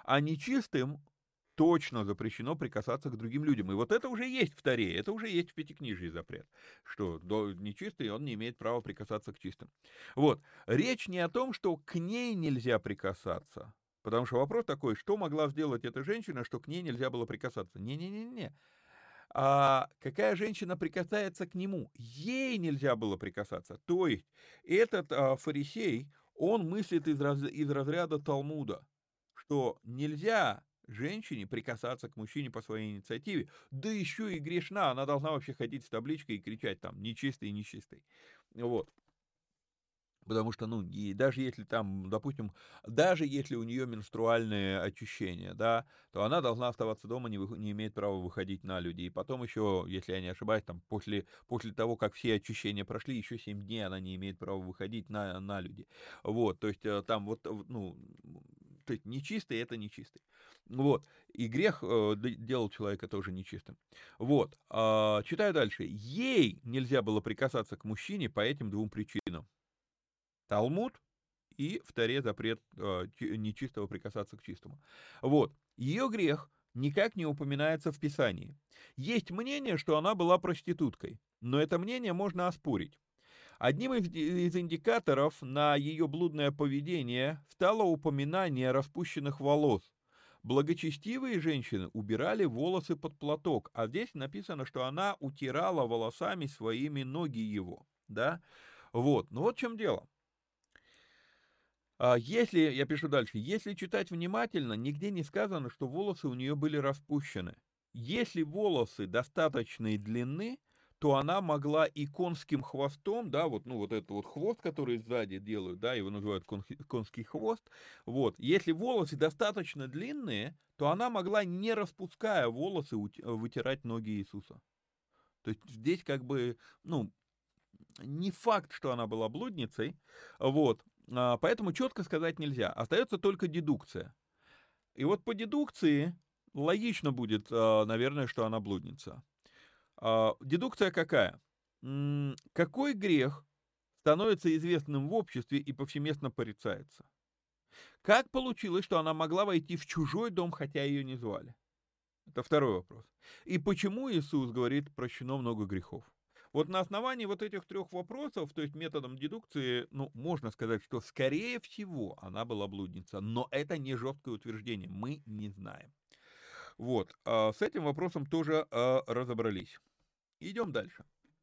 А нечистым точно запрещено прикасаться к другим людям. И вот это уже есть в Торе, это уже есть в Пятикнижии запрет, что до- нечистый, он не имеет права прикасаться к чистым. Вот. Речь не о том, что к ней нельзя прикасаться, потому что вопрос такой, что могла сделать эта женщина, что к ней нельзя было прикасаться. Не-не-не-не. А какая женщина прикасается к нему? Ей нельзя было прикасаться. То есть этот а, фарисей, он мыслит из, раз- из разряда Талмуда, что нельзя женщине прикасаться к мужчине по своей инициативе, да еще и грешна, она должна вообще ходить с табличкой и кричать там «нечистый, нечистый». Вот. Потому что, ну, и даже если там, допустим, даже если у нее менструальное очищение, да, то она должна оставаться дома, не, вы- не имеет права выходить на люди. И потом еще, если я не ошибаюсь, там, после, после того, как все очищения прошли, еще семь дней она не имеет права выходить на, на люди. Вот, то есть э, там вот, э, ну, то есть нечистый — это нечистый. Вот, и грех э, д- делал человека тоже нечистым. Вот, а, читаю дальше. Ей нельзя было прикасаться к мужчине по этим двум причинам. Талмуд и в Торе запрет э, чи- нечистого прикасаться к чистому. Вот. Ее грех никак не упоминается в Писании. Есть мнение, что она была проституткой, но это мнение можно оспорить. Одним из, из индикаторов на ее блудное поведение стало упоминание распущенных волос. Благочестивые женщины убирали волосы под платок, а здесь написано, что она утирала волосами своими ноги его. Да? Вот. Ну вот в чем дело. А если, я пишу дальше, если читать внимательно, нигде не сказано, что волосы у нее были распущены. Если волосы достаточной длины, то она могла и конским хвостом, да, вот, ну, вот этот вот хвост, который сзади делают, да, его называют конхи- конский хвост, вот, если волосы достаточно длинные, то она могла, не распуская волосы, ути- вытирать ноги Иисуса. То есть здесь как бы, ну, не факт, что она была блудницей, вот, а, поэтому четко сказать нельзя. Остается только дедукция. И вот по дедукции логично будет, а, наверное, что она блудница. А, Дедукция какая? М, Какой грех становится известным в обществе и повсеместно порицается? Как получилось, что она могла войти в чужой дом, хотя ее не звали? Это второй вопрос. И почему Иисус говорит, прощено много грехов? Вот на основании вот этих трех вопросов, то есть методом дедукции, ну, можно сказать, что, скорее всего, она была блудница, но это не жесткое утверждение, мы не знаем. Вот, а с этим вопросом тоже а, разобрались. Идем дальше.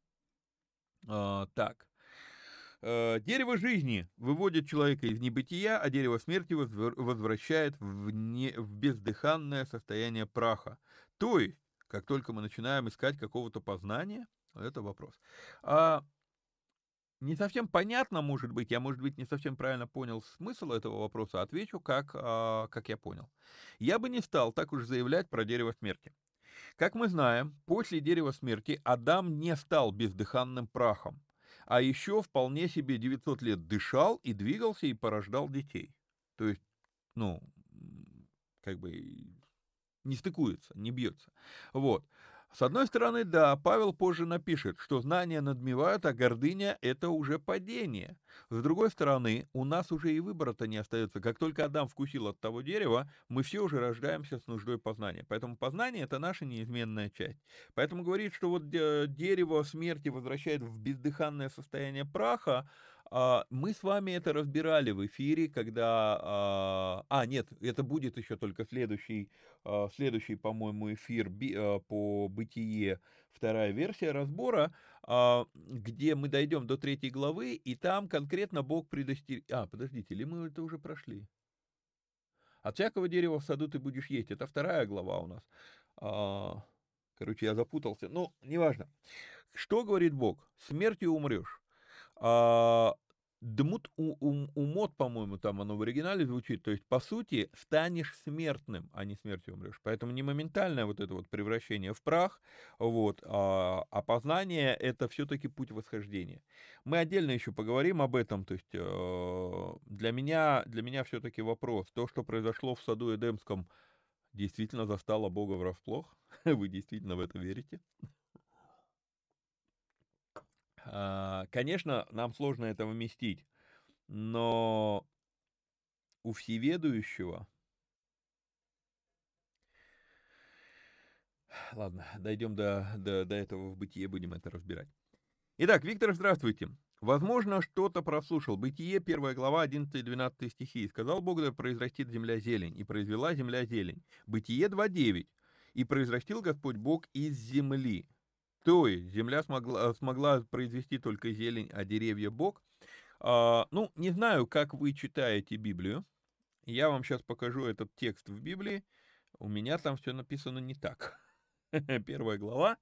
А, так, Э, дерево жизни выводит человека из небытия, а дерево смерти возвр- возвращает в, не, в бездыханное состояние праха. То есть, как только мы начинаем искать какого-то познания, это вопрос. А, не совсем понятно, может быть, я, может быть, не совсем правильно понял смысл этого вопроса, отвечу, как, а, как я понял. Я бы не стал так уж заявлять про дерево смерти. Как мы знаем, после дерева смерти Адам не стал бездыханным прахом, а еще вполне себе девятьсот лет дышал и двигался и порождал детей. То есть, ну, как бы не стыкуется, не бьется. Вот. С одной стороны, да, Павел позже напишет, что знания надмевают, а гордыня — это уже падение. С другой стороны, у нас уже и выбора-то не остается. Как только Адам вкусил от того дерева, мы все уже рождаемся с нуждой познания. Поэтому познание — это наша неизменная часть. Поэтому говорит, что вот э, дерево смерти возвращает в бездыханное состояние праха. А, Мы с вами это разбирали в эфире, когда... А, а, нет, это будет еще только следующий а, следующий, по-моему, эфир би- а, по бытие, вторая версия разбора, а, где мы дойдем до третьей главы, и там конкретно Бог предостерегает... А, подождите, или мы это уже прошли? От всякого дерева в саду ты будешь есть. Это вторая глава у нас. А, Короче, я запутался. Ну, неважно. Что говорит Бог? Смертью умрешь. А, Дмут у- ум- умот, по-моему, там оно в оригинале звучит. То есть, по сути, станешь смертным, а не смертью умрешь. Поэтому не моментальное вот это вот превращение в прах, вот, а, а познание — это все-таки путь восхождения. Мы отдельно еще поговорим об этом. То есть, э, для меня, для меня все-таки вопрос. То, что произошло в саду Эдемском, действительно застало Бога врасплох? Вы действительно в это верите? А, Конечно, нам сложно это вместить, но у всеведущего Ладно, дойдем до, до, до этого в бытие, будем это разбирать. Итак, Виктор, здравствуйте. Возможно, что-то прослушал. Бытие, первая глава, одиннадцатый-двенадцатый стихи. «И сказал Бог, да произрастит земля зелень, и произвела земля зелень». Бытие два девять. «И произрастил Господь Бог из земли». То есть земля смогла, смогла произвести только зелень, а деревья Бог. А, ну, не знаю, как вы читаете Библию. Я вам сейчас покажу этот текст в Библии. У меня там все написано не так. Первая глава,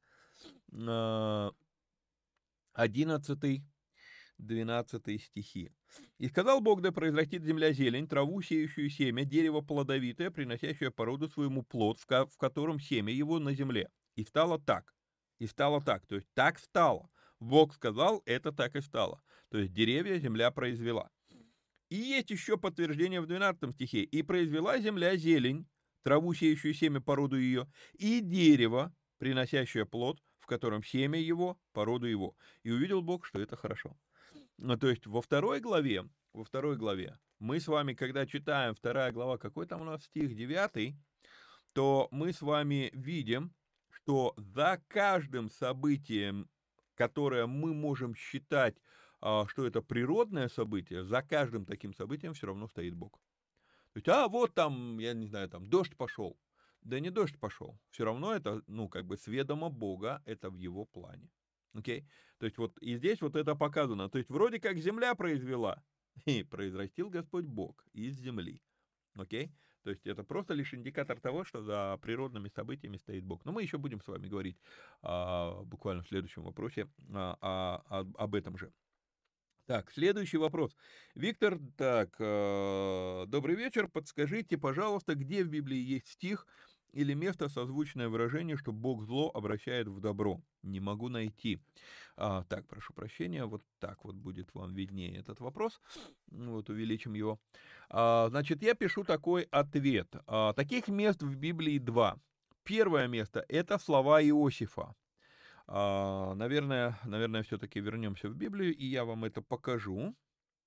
одиннадцатый двенадцатый стихи. «И сказал Бог, да произрастит земля зелень, траву, сеющую семя, дерево плодовитое, приносящее породу своему плод, в, ко- в котором семя его на земле. И стало так». И стало так. То есть так стало. Бог сказал, это так и стало. То есть деревья земля произвела. И есть еще подтверждение в двенадцатом стихе. «И произвела земля зелень, траву, сеющую семя, породу ее, и дерево, приносящее плод, в котором семя его, породу его. И увидел Бог, что это хорошо». Ну, то есть во второй главе, во второй главе, мы с вами, когда читаем вторая глава, какой там у нас стих, девятый, то мы с вами видим, что за каждым событием, которое мы можем считать, а, что это природное событие, за каждым таким событием все равно стоит Бог. То есть, а вот там, я не знаю, там дождь пошел. Да не дождь пошел. Все равно это, ну, как бы с ведома Бога, это в его плане. Окей? То есть вот и здесь вот это показано. То есть вроде как земля произвела, и произрастил Господь Бог из земли. Окей? То есть это просто лишь индикатор того, что за природными событиями стоит Бог. Но мы еще будем с вами говорить а, буквально в следующем вопросе а, а, а, об этом же. Так, следующий вопрос. Виктор, так, э, добрый вечер. Подскажите, пожалуйста, где в Библии есть стих или место, созвучное выражению, что Бог зло обращает в добро? Не могу найти. А, так, прошу прощения, вот так вот будет вам виднее этот вопрос. Вот, увеличим его. А, значит, я пишу такой ответ. А, таких мест в Библии два. Первое место – это слова Иосифа. А, наверное, наверное, все-таки вернемся в Библию, и я вам это покажу.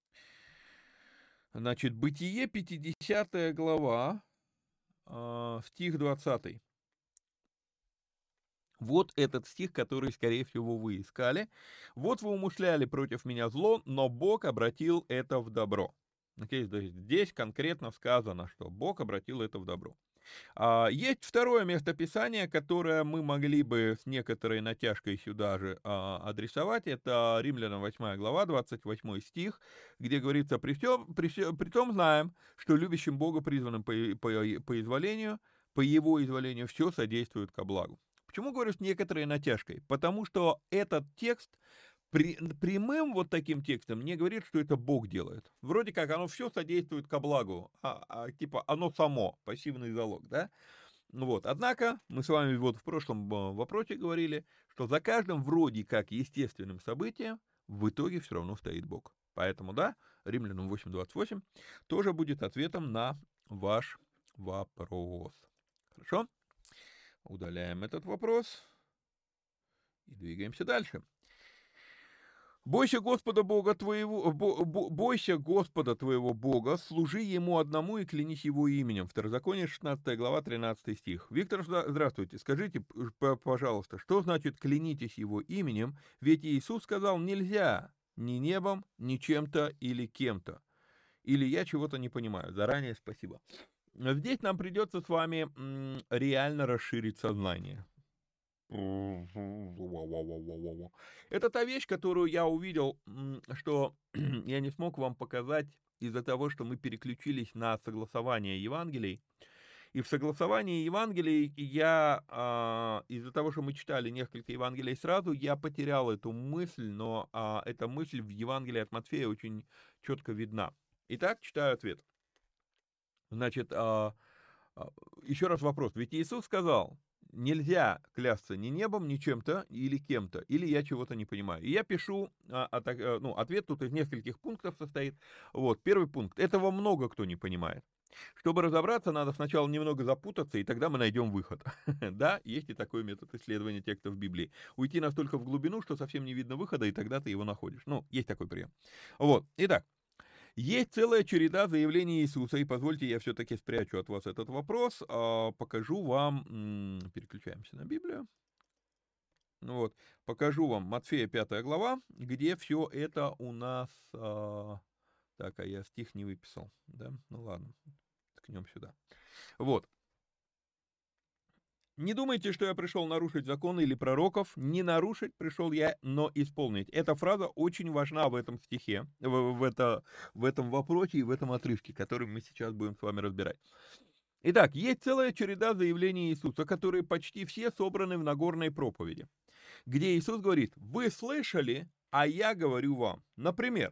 Значит, Бытие, пятидесятая глава, а, стих двадцатый. Вот этот стих, который, скорее всего, вы искали. «Вот вы умышляли против меня зло, но Бог обратил это в добро». Окей, то есть здесь конкретно сказано, что Бог обратил это в добро. А, Есть второе местописание, которое мы могли бы с некоторой натяжкой сюда же а, адресовать. Это Римлянам восьмая глава, двадцать восьмой стих, где говорится: «При всем, при всем, при том знаем, что любящим Бога, призванным по, по, по изволению, по его изволению, все содействует ко благу». Почему говорю с некоторой натяжкой? Потому что этот текст при, прямым вот таким текстом не говорит, что это Бог делает. Вроде как оно все содействует ко благу, а, а, типа оно само, пассивный залог, да? Вот. Однако мы с вами вот в прошлом э, вопросе говорили, что за каждым вроде как естественным событием в итоге все равно стоит Бог. Поэтому, да, Римлянам восемь двадцать восемь тоже будет ответом на ваш вопрос. Хорошо? Удаляем этот вопрос и двигаемся дальше. «Бойся Господа Бога твоего, бо, бо, бойся Господа твоего Бога, служи Ему одному и клянись Его именем». Второзаконие, шестнадцатая глава, тринадцатый стих. Виктор, здравствуйте. Скажите, пожалуйста, что значит «клянитесь Его именем»? Ведь Иисус сказал: нельзя ни небом, ни чем-то или кем-то. Или я чего-то не понимаю. Заранее спасибо. Здесь нам придется с вами м, реально расширить сознание. Это та вещь, которую я увидел, что я не смог вам показать из-за того, что мы переключились на согласование Евангелий. И в согласовании Евангелий я, а, из-за того, что мы читали несколько Евангелий сразу, я потерял эту мысль, но а, эта мысль в Евангелии от Матфея очень четко видна. Итак, читаю ответ. Значит, а, а, еще раз вопрос. Ведь Иисус сказал: нельзя клясться ни небом, ни чем-то или кем-то, или я чего-то не понимаю. И я пишу, а, а, так, ну, ответ тут из нескольких пунктов состоит. Вот, первый пункт. Этого много кто не понимает. Чтобы разобраться, надо сначала немного запутаться, и тогда мы найдем выход. Да, есть и такой метод исследования текстов Библии. Уйти настолько в глубину, что совсем не видно выхода, и тогда ты его находишь. Ну, есть такой прием. Вот, итак. Есть целая череда заявлений Иисуса, и позвольте я все-таки спрячу от вас этот вопрос, а, покажу вам, м, переключаемся на Библию, ну вот, покажу вам Матфея пятая глава, где все это у нас, а, так, а я стих не выписал, да, ну ладно, ткнем сюда, вот. Не думайте, что я пришел нарушить законы или пророков. Не нарушить пришел я, но исполнить. Эта фраза очень важна в этом стихе, в, в, это, в этом вопросе и в этом отрывке, который мы сейчас будем с вами разбирать. Итак, есть целая череда заявлений Иисуса, которые почти все собраны в Нагорной проповеди, где Иисус говорит: «Вы слышали, а я говорю вам». Например,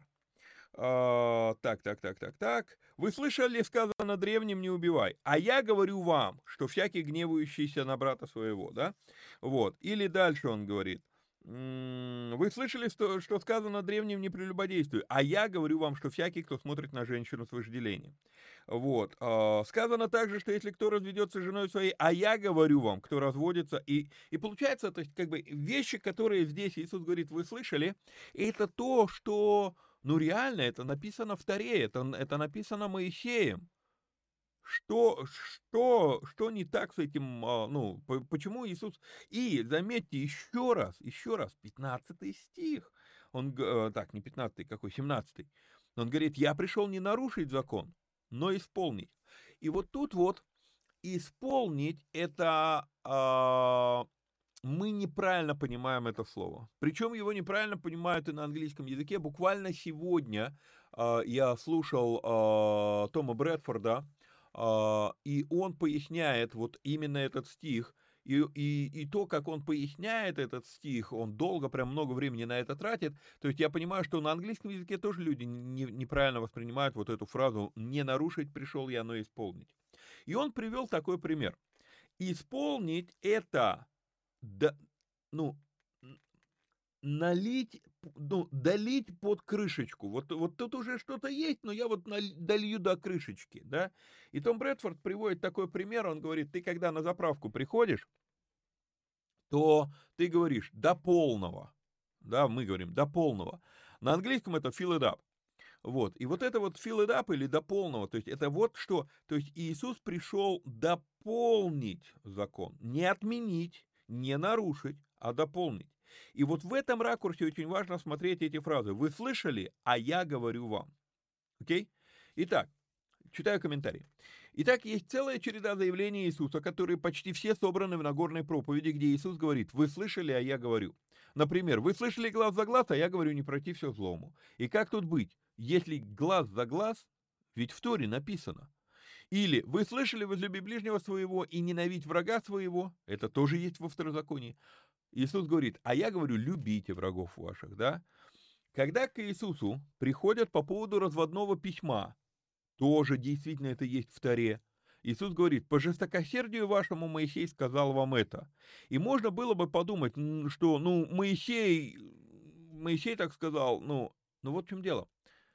а, так, так, так, так, так. Вы слышали, сказано древним, не убивай. А я говорю вам, что всякий гневающийся на брата своего, да? Вот. Или дальше он говорит: м, вы слышали, что, что сказано древним, не прелюбодействуй. А я говорю вам, что всякий, кто смотрит на женщину с вожделением. Вот. А, сказано также, что если кто разведется с женой своей, а я говорю вам, кто разводится. И, и получается, то есть, как бы, вещи, которые здесь Иисус говорит, вы слышали, это то, что ну, реально, это написано в Торе, это, это написано Моисеем. Что, что, что не так с этим, а, ну, по- почему Иисус... И, заметьте, еще раз, еще раз, пятнадцатый стих, он, г- э, так, не пятнадцатый, какой, семнадцатый, он говорит: я пришел не нарушить закон, но исполнить. И вот тут вот исполнить это а, мы неправильно понимаем это слово. Причем его неправильно понимают и на английском языке. Буквально сегодня а, я слушал а, Тома Брэдфорда, а, и он поясняет вот именно этот стих. И, и, и то, как он поясняет этот стих, он долго, прям много времени на это тратит. То есть я понимаю, что на английском языке тоже люди не- неправильно воспринимают вот эту фразу «не нарушить пришел я, но исполнить». И он привел такой пример. Исполнить это, да, ну, налить, ну, долить под крышечку. Вот, вот тут уже что-то есть, но я вот наль- долью до крышечки, да. И Том Брэдфорд приводит такой пример, он говорит: ты когда на заправку приходишь, то ты говоришь «до полного», да, мы говорим «до полного». На английском это fill it up. Вот, и вот это вот fill it up или до полного, то есть это вот что, то есть Иисус пришел дополнить закон, не отменить, не нарушить, а дополнить. И вот в этом ракурсе очень важно смотреть эти фразы. Вы слышали, а я говорю вам. Окей? Итак, читаю комментарий. Итак, есть целая череда заявлений Иисуса, которые почти все собраны в Нагорной проповеди, где Иисус говорит: вы слышали, а я говорю. Например, вы слышали глаз за глаз, а я говорю: не против все злому. И как тут быть? Если глаз за глаз, ведь в Торе написано. Или вы слышали: возлюби ближнего своего и ненавидь врага своего, это тоже есть во второзаконии. Иисус говорит: а я говорю: любите врагов ваших, да? Когда к Иисусу приходят по поводу разводного письма, тоже действительно это есть в Торе. Иисус говорит: по жестокосердию вашему Моисей сказал вам это. И можно было бы подумать, что, ну, Моисей, Моисей так сказал, ну, ну вот в чем дело.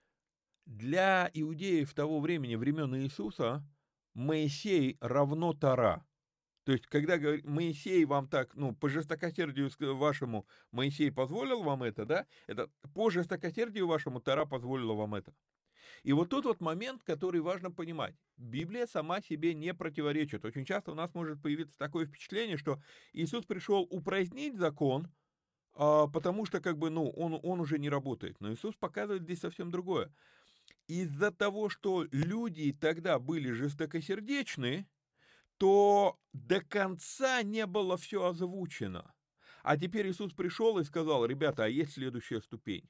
Для иудеев того времени, времен Иисуса, Моисей равно Тора. То есть, когда говорит Моисей вам так, ну, по жестокосердию вашему Моисей позволил вам это, да, это по жестокосердию вашему Тора позволила вам это. И вот тут вот момент, который важно понимать. Библия сама себе не противоречит. Очень часто у нас может появиться такое впечатление, что Иисус пришел упразднить закон, а, потому что как бы, ну, он, он уже не работает. Но Иисус показывает здесь совсем другое. Из-за того, что люди тогда были жестокосердечны, то до конца не было все озвучено. А теперь Иисус пришел и сказал: ребята, а есть следующая ступень.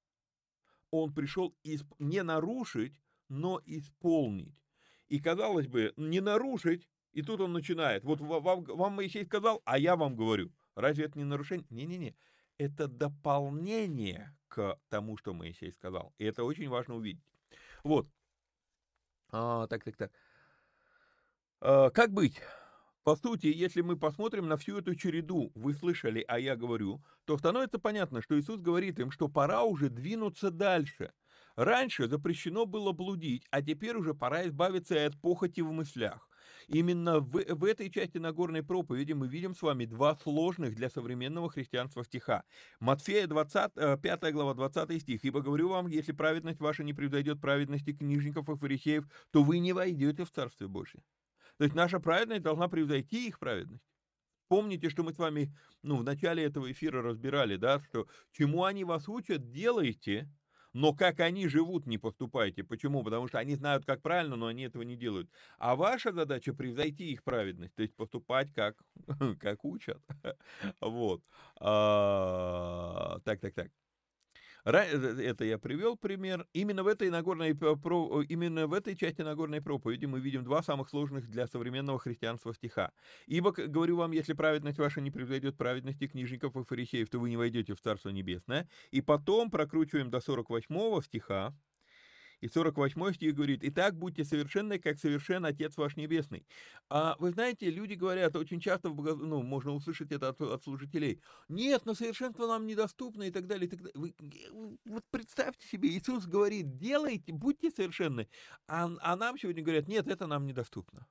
Он пришел исп... не нарушить, но исполнить. И, казалось бы, не нарушить, и тут он начинает. Вот вам, вам Моисей сказал, а я вам говорю. Разве это не нарушение? Не-не-не. Это дополнение к тому, что Моисей сказал. И это очень важно увидеть. Вот. А, так, так, так. А, как быть? По сути, если мы посмотрим на всю эту череду «вы слышали, а я говорю», то становится понятно, что Иисус говорит им, что пора уже двинуться дальше. Раньше запрещено было блудить, а теперь уже пора избавиться и от похоти в мыслях. Именно в, в этой части Нагорной проповеди мы видим с вами два сложных для современного христианства стиха. Матфея двадцатая, пятая глава, двадцатый стих. «Ибо говорю вам, если праведность ваша не превзойдет праведности книжников и фарисеев, то вы не войдете в Царствие Божие». То есть наша праведность должна превзойти их праведность. Помните, что мы с вами, ну, в начале этого эфира разбирали, да, что чему они вас учат, делайте, но как они живут, не поступайте. Почему? Потому что они знают, как правильно, но они этого не делают. А ваша задача превзойти их праведность, то есть поступать как, как учат. Вот. А, Так, так, так. Ра- э, Это я привел пример. Именно в этой Нагорной, п- про- именно в этой части Нагорной проповеди мы видим два самых сложных для современного христианства стиха. «Ибо, к- говорю вам, если праведность ваша не превзойдет праведности книжников и фарисеев, то вы не войдете в Царство Небесное». И потом прокручиваем до сорок восьмого стиха. И сорок восьмой стих говорит: «Итак, будьте совершенны, как совершен Отец ваш Небесный». А вы знаете, люди говорят, очень часто, в бого- ну, можно услышать это от, от служителей: «Нет, но совершенство нам недоступно» и так далее. И так далее. Вы, вы- вот представьте себе, Иисус говорит: «Делайте, будьте совершенны», а, а нам сегодня говорят: «Нет, это нам недоступно».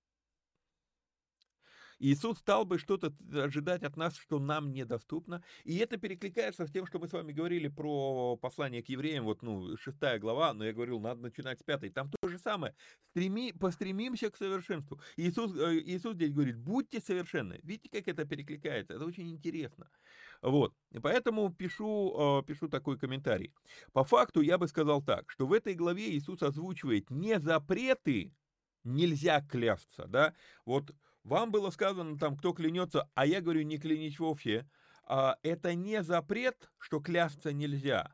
Иисус стал бы что-то ожидать от нас, что нам недоступно. И это перекликается с тем, что мы с вами говорили про послание к евреям, вот, ну, шестая глава, но я говорил, надо начинать с пятой. Там то же самое. Стреми, постремимся к совершенству. Иисус, э, Иисус здесь говорит: будьте совершенны. Видите, как это перекликается? Это очень интересно. Вот. И поэтому пишу, э, пишу такой комментарий. По факту я бы сказал так, что в этой главе Иисус озвучивает не запреты, нельзя клясться, да, вот вам было сказано там, кто клянется, а я говорю, не клянись вовсе. А, это не запрет, что клясться нельзя,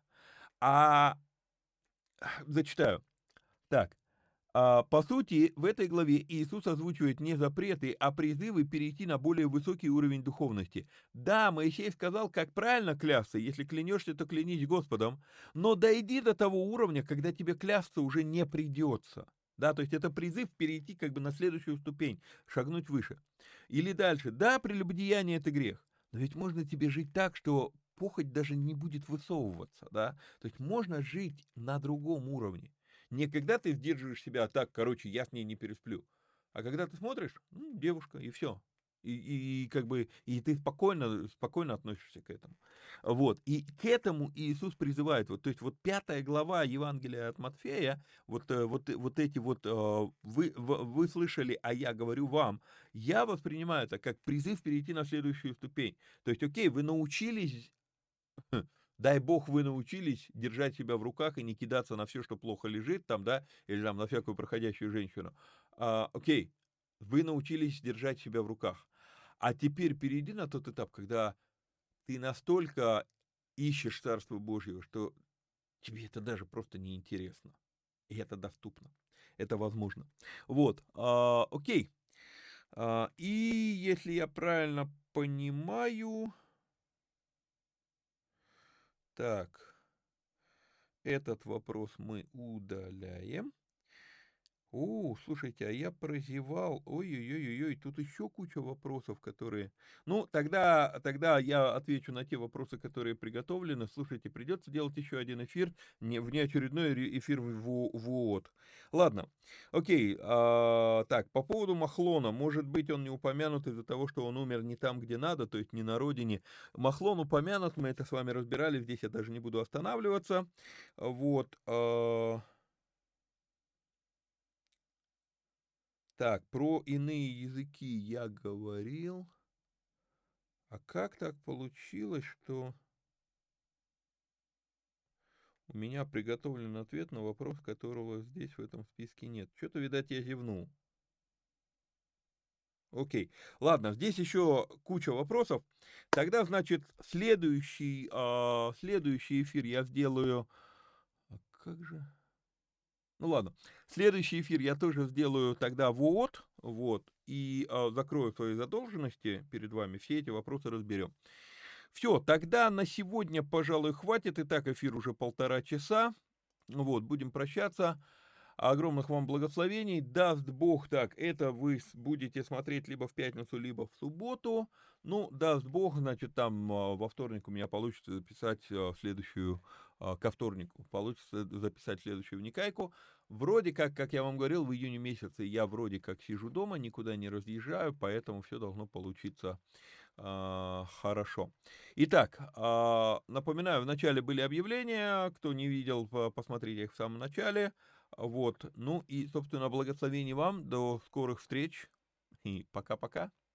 а зачитаю. Так, а, по сути, в этой главе Иисус озвучивает не запреты, а призывы перейти на более высокий уровень духовности. Да, Моисей сказал, как правильно клясться: если клянешься, то клянись Господом, но дойди до того уровня, когда тебе клясться уже не придется. Да, то есть это призыв перейти как бы на следующую ступень, шагнуть выше. Или дальше. Да, прелюбодеяние — это грех, но ведь можно тебе жить так, что похоть даже не будет высовываться, да. То есть можно жить на другом уровне. Не когда ты сдерживаешь себя, а так, короче, я с ней не пересплю. А когда ты смотришь, ну, девушка, и все. И, и- и как бы, и ты спокойно, спокойно относишься к этому. Вот. И к этому Иисус призывает. Вот, то есть вот пятая глава Евангелия от Матфея, вот, э, вот, э, вот эти вот, э, вы, в- вы слышали, а я говорю вам, я воспринимаю это как призыв перейти на следующую ступень. То есть, окей, вы научились. Дай бог, вы научились держать себя в руках и не кидаться на все, что плохо лежит там, да, или там на всякую проходящую женщину. А, окей, вы научились держать себя в руках. А теперь перейди на тот этап, когда ты настолько ищешь Царство Божьего, что тебе это даже просто неинтересно. И это доступно. Это возможно. Вот, а, окей. А, и если я правильно понимаю... Так, этот вопрос мы удаляем. О, слушайте, а я прозевал. Ой-ой-ой-ой, тут еще куча вопросов, которые... Ну, тогда, тогда я отвечу на те вопросы, которые приготовлены. Слушайте, придется делать еще один эфир, не, внеочередной ре- эфир в, в УОТ. Ладно, окей. А, так, по поводу Махлона. Может быть, он не упомянут из-за того, что он умер не там, где надо, то есть не на родине. Махлон упомянут, мы это с вами разбирали, здесь я даже не буду останавливаться. Вот. а, Так, про иные языки я говорил. А как так получилось, что у меня приготовлен ответ на вопрос, которого здесь в этом списке нет? Что-то, видать, я зевнул. Окей. Ладно, здесь еще куча вопросов. Тогда, значит, следующий, а, следующий эфир я сделаю... А как же... Ну ладно, следующий эфир я тоже сделаю тогда вот, вот, и а, закрою свои задолженности перед вами, все эти вопросы разберем. Все, тогда на сегодня, пожалуй, хватит. И так эфир уже полтора часа. Вот, будем прощаться. Огромных вам благословений. Даст Бог, так, это вы с- будете смотреть либо в пятницу, либо в субботу. Ну, даст Бог, значит, там а, во вторник у меня получится записать а, следующую а, ко вторнику получится записать следующую вникайку. Вроде как, как я вам говорил, в июне месяце я вроде как сижу дома, никуда не разъезжаю, поэтому все должно получиться а, хорошо. Итак, а, напоминаю, в начале были объявления, кто не видел, по- посмотрите их в самом начале. Вот, ну и, собственно, благословений вам, до скорых встреч и пока-пока.